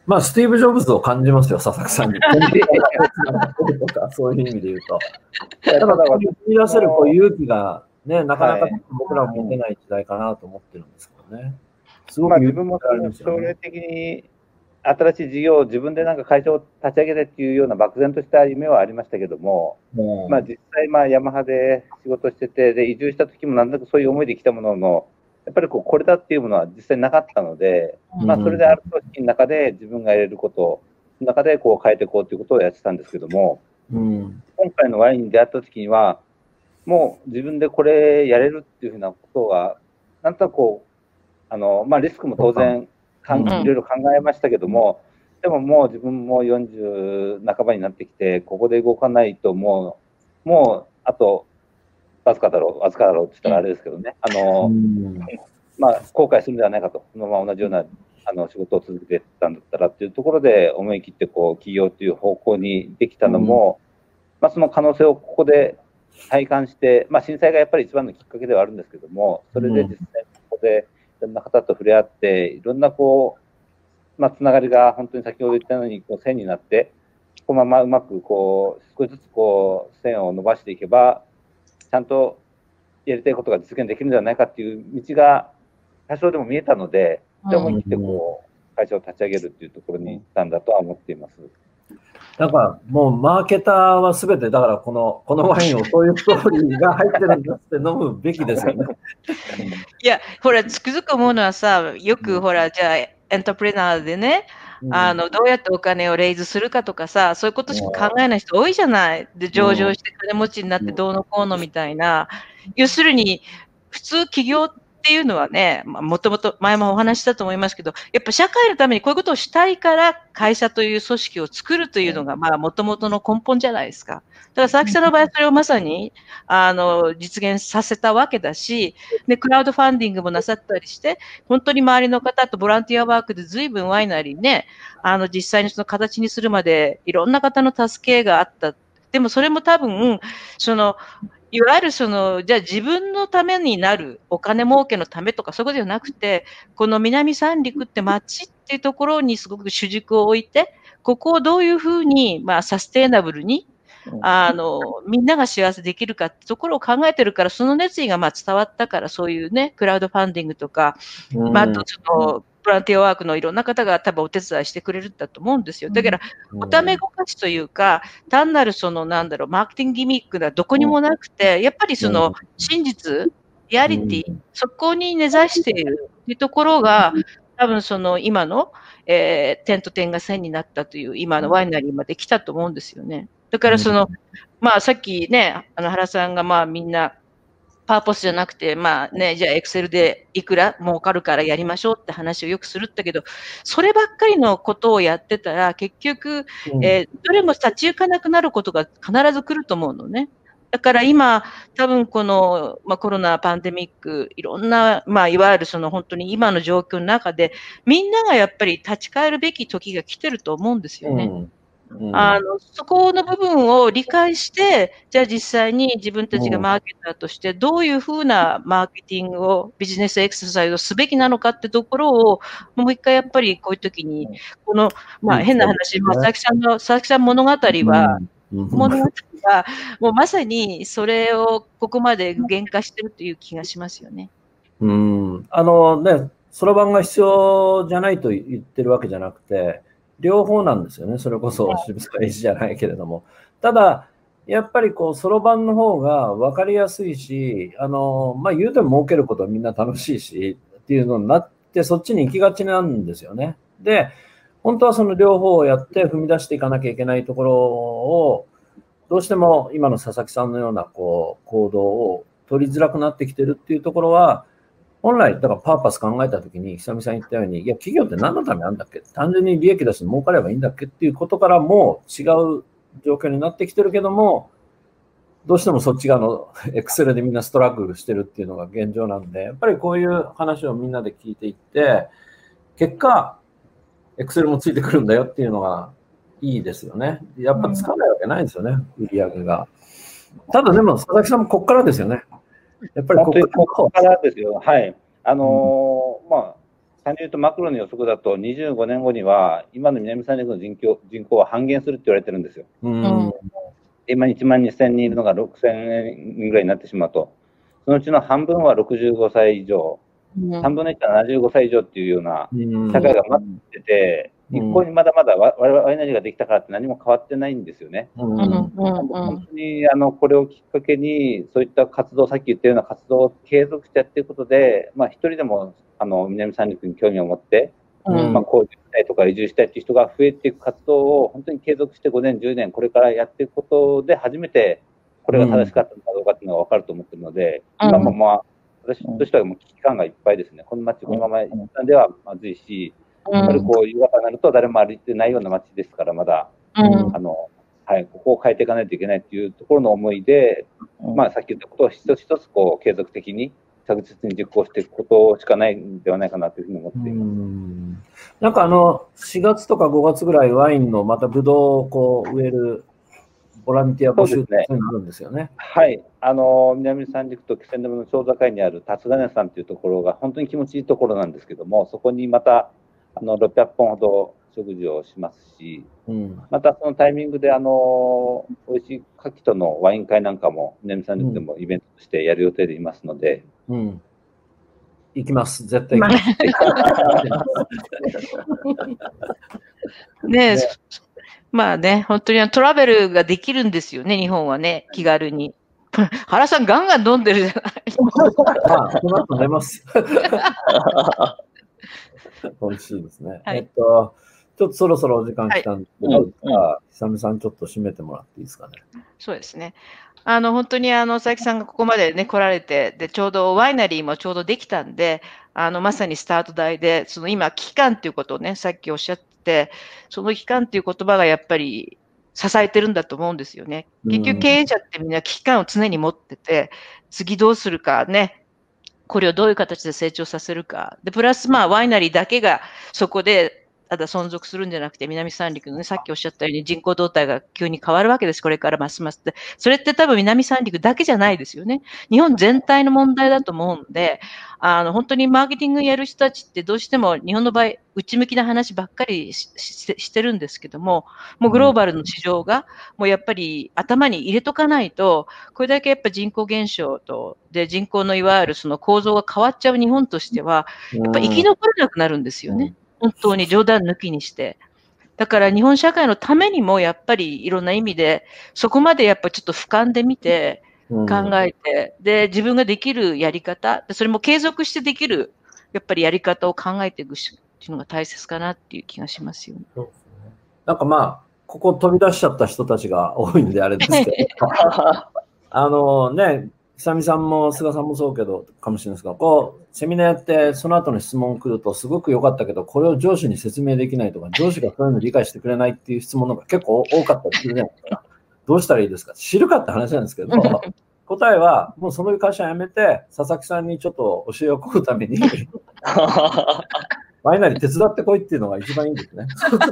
まあ、スティーブ・ジョブズを感じますよ、佐々木さんに。そういう意味で言うと。ただ、踏み出せるこう勇気が、ね、なかなか僕らは持てない時代かなと思ってるんですけどね。 すごく自分も将来的に新しい事業を自分でなんか会社を立ち上げてっていうような漠然とした夢はありましたけども、まあ実際ヤマハで仕事してて、で移住した時もなんとなくそういう思いで来たものの、やっぱりこれだっていうものは実際なかったので、まあそれである組織の中で自分がやれることの中でこう変えていこうということをやってたんですけども、今回のワインに出会った時には、もう自分でこれやれるっていうふうなことが、なんとなくこう、まあリスクも当然いろいろ考えましたけども、でももう自分も40半ばになってきて、ここで動かないともうあとわずかだろうって言ったらあれですけどね、まあ後悔するんではないかと、そのまま同じような仕事を続けてたんだったらっていうところで思い切ってこう起業という方向にできたのも、まあその可能性をここで体感して、まあ震災がやっぱり一番のきっかけではあるんですけども、それで実際ここでいろんな方と触れ合って、いろんなこう、まあ、つながりが本当に先ほど言ったようにこう線になって、このままうまくこう少しずつこう線を伸ばしていけば、ちゃんとやりたいことが実現できるんじゃないかっていう道が多少でも見えたので、思い切ってこう会社を立ち上げるっていうところに行ったんだとは思っています。 だからもうマーケターはすべて、だからこのワインをそういうストーリーが入ってるんだって飲むべきですよね。 いや、ほら、つくづく思うのはさ、よくほら、じゃあ、エントプレナーでね、どうやってお金をレイズするかとかさ、そういうことしか考えない人多いじゃない。で、上場して金持ちになってどうのこうのみたいな。要するに、普通企業っていうのはね、もともと前もお話したと思いますけど、やっぱ社会のためにこういうことをしたいから会社という組織を作るというのが、まあ、もともとの根本じゃないですか。だから佐々木さんの場合はそれをまさに、実現させたわけだし、で、クラウドファンディングもなさったりして、本当に周りの方とボランティアワークで随分ワイナリーね、実際にその形にするまでいろんな方の助けがあった。でもそれも多分、いわゆるじゃあ自分のためになるお金儲けのためとかそういうことじゃなくて、この南三陸って街っていうところにすごく主軸を置いて、ここをどういうふうに、まあ、サステイナブルに、みんなが幸せできるかってところを考えてるから、その熱意がまあ伝わったから、そういうね、クラウドファンディングとか、まあ、あとボランティアワークのいろんな方が多分お手伝いしてくれるんだと思うんですよ。だから、おためごかしというか、単なるなんだろう、マーケティングギミックがどこにもなくて、やっぱり真実、リアリティ、そこに根ざしているというところが、多分今の、点と点が線になったという、今のワイナリーまで来たと思うんですよね。だからまあさっきね、原さんがまあみんな、パーポスじゃなくて、まあね、じゃあエクセルでいくら儲かるからやりましょうって話をよくするんだけど、そればっかりのことをやってたら、結局、どれも立ち行かなくなることが必ず来ると思うのね。だから今、多分この、まあ、コロナ、パンデミック、いろんな、まあ、いわゆる本当に今の状況の中で、みんながやっぱり立ち返るべき時が来てると思うんですよね。そこの部分を理解して、じゃあ実際に自分たちがマーケターとしてどういうふうなマーケティングを、ビジネスエクササイズをすべきなのかってところを、もう一回やっぱりこういう時に、まあ変な話、佐々木さん物語は、もうまさにそれをここまで具現化してるという気がしますよね。 そろばんが必要じゃないと言ってるわけじゃなくて、両方なんですよね。それこそ渋沢栄一じゃないけれども。ただ、やっぱりそろばんの方が分かりやすいし、まあ言うても儲けることはみんな楽しいし、っていうのになって、そっちに行きがちなんですよね。で、本当はその両方をやって踏み出していかなきゃいけないところを、どうしても今の佐々木さんのような行動を取りづらくなってきてるっていうところは、本来、だからパーパス考えたときに、久々に言ったように、いや、企業って何のためなんだっけ、単純に利益出して儲かればいいんだっけっていうことからも違う状況になってきてるけども、どうしてもそっち側のエクセルでみんなストラッグルしてるっていうのが現状なんで、やっぱりこういう話をみんなで聞いていって、結果、エクセルもついてくるんだよっていうのがいいですよね。やっぱつかないわけないんですよね、売り上げが。ただでも、佐々木さんもこっからですよね。 やっぱりここからですよ。はい。まあ、 単に言うとマクロの予測だと25年後には今の南三陸の人口は半減するって言われてるんですよ。今1万2000人いるのが6000人ぐらいになってしまうと、そのうちの半分は65歳以上、3分の1は75歳以上っていうような社会が待ってて、一向にまだまだ我々ワイナリーができたからって何も変わってないんですよね。本当にこれをきっかけに、そういった活動、さっき言ったような活動を継続してやっていくことで、一人でも南三陸に興味を持って、工事したいとか移住したいっていう人が増えていく活動を本当に継続して5年、10年、これからやっていくことで、初めてこれが正しかったのかどうかっていうのが分かると思ってるので、今も私としてはもう危機感がいっぱいですね。この街、このまま行ったんではまずいし、やっぱりこう夕方になると誰も歩いてないような街ですから、まだ、ここを変えていかないといけないっていうところの思いで、さっき言ったことを一つ一つこう継続的に着実に実行していくことしかないんではないかなというふうに思っています。 なんか4月とか5月ぐらいワインのまたブドウをこう植えるボランティア募集っていうのがあるんですよね。 はい。南三陸と気仙沼の町境にある辰金さんというところが本当に気持ちいいところなんですけども、そこにまた600本ほど食事をしますし、またそのタイミングで美味しい牡蠣とのワイン会なんかも南三陸でもイベントとしてやる予定でいますので、 行きます。絶対行きます。ねえ、まあね、本当にトラベルができるんですよね、日本はね、気軽に。原さん、ガンガン飲んでるじゃないこの後寝ます。美味しいですね。ちょっとそろそろお時間来たんですけど、久美さん、ちょっと締めてもらっていいですかね。 そうですね。本当に佐々木さんがここまでね、来られて、で、ちょうどワイナリーもちょうどできたんで、まさにスタート台で、その今、危機感っていうことをね、さっきおっしゃって、その危機感っていう言葉がやっぱり支えてるんだと思うんですよね。結局、経営者ってみんな危機感を常に持ってて、次どうするかね、これをどういう形で成長させるか。で、プラス、ワイナリーだけがそこで、ただ存続するんじゃなくて、南三陸のね、さっきおっしゃったように人口動態が急に変わるわけです。これからますますって。それって多分南三陸だけじゃないですよね。日本全体の問題だと思うんで、本当にマーケティングやる人たちってどうしても日本の場合、内向きな話ばっかりしてるんですけども、もうグローバルの市場が、もうやっぱり頭に入れとかないと、これだけやっぱ人口減少と、で、人口のいわゆるその構造が変わっちゃう日本としては、やっぱ生き残れなくなるんですよね。本当に冗談抜きにして。だから日本社会のためにもやっぱりいろんな意味で、そこまでやっぱちょっと俯瞰で見て、考えて、で、自分ができるやり方、それも継続してできる、やっぱりやり方を考えていくっていうのが大切かなっていう気がしますよね。 そうですね。なんかここ飛び出しちゃった人たちが多いんであれですけど、ね、久美さんも菅さんもそうかもしれないですが、セミナーやってその後の質問来るとすごく良かったけど、これを上司に説明できないとか、上司がそういうの理解してくれないっていう質問が結構多かったりするじゃないですか。どうしたらいいですか？知るかって話なんですけど、答えはもうその会社辞めて、佐々木さんにちょっと教えを請うために、ワイナリー手伝ってこいっていうのが一番いいんですね。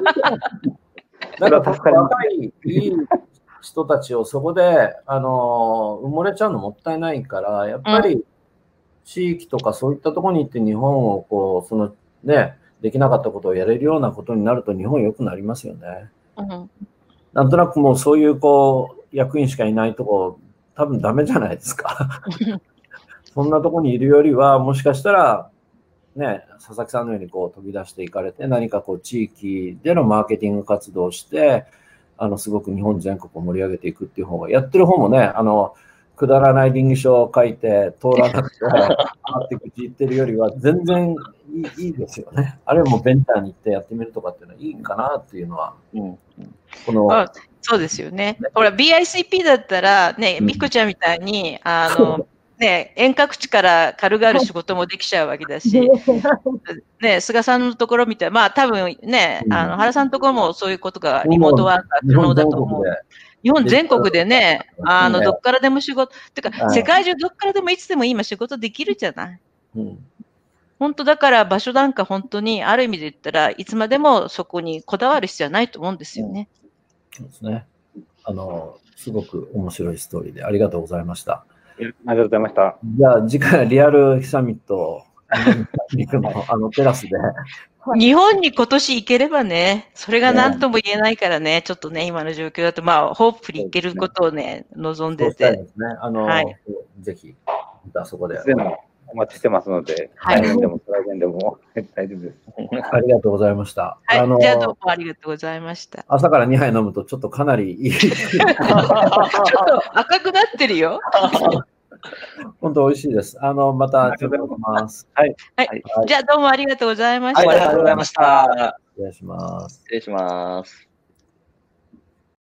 なんか若いいい人たちをそこで埋もれちゃうのもったいないから、やっぱり地域とかそういったところに行って日本をできなかったことをやれるようなことになると日本良くなりますよね。なんとなくもうそういう役員しかいないとこ多分ダメじゃないですか。そんなところにいるよりはもしかしたらね、佐々木さんのように飛び出していかれて何か地域でのマーケティング活動をしてすごく日本全国を盛り上げていくっていう方が、やってる方もね、くだらない倫理書を書いて通らなくて、回って口言ってるよりは全然いいですよね。あれもベンチャーに行ってやってみるとかっていうのはいいかなっていうのは。 そうですよね。ほら、BICP だったら、ね、みこちゃんみたいに、ね、遠隔地から軽々仕事もできちゃうわけだし、ね、菅さんのところみたいな、多分ね、原さんのところもそういうことがリモートワークが可能だと思う。日本全国でね、どっからでも仕事、てか、世界中どっからでもいつでも今仕事できるじゃない。本当だから場所なんか本当にある意味で言ったらいつまでもそこにこだわる必要はないと思うんですよね。 そうですね。すごく面白いストーリーでありがとうございました。 ありがとうございました。 じゃあ次回はリアルヒサミットを陸のテラスで。 日本に今年行ければね、それが何とも言えないからね、ちょっとね、今の状況だと、まあ、ホープに行けることをね、望んでて。 ですね。はい、ぜひ、またそこで。 お待ちしてますので、来年でも再来年でも大丈夫です。 ありがとうございました。 はい、じゃあどうもありがとうございました。 朝から2杯飲むとちょっとかなりいい。ちょっと赤くなってるよ。 本当美味しいです。またちょっとます。 はい。はい。じゃあどうもありがとうございました。 ありがとうございました。 失礼します。 失礼します。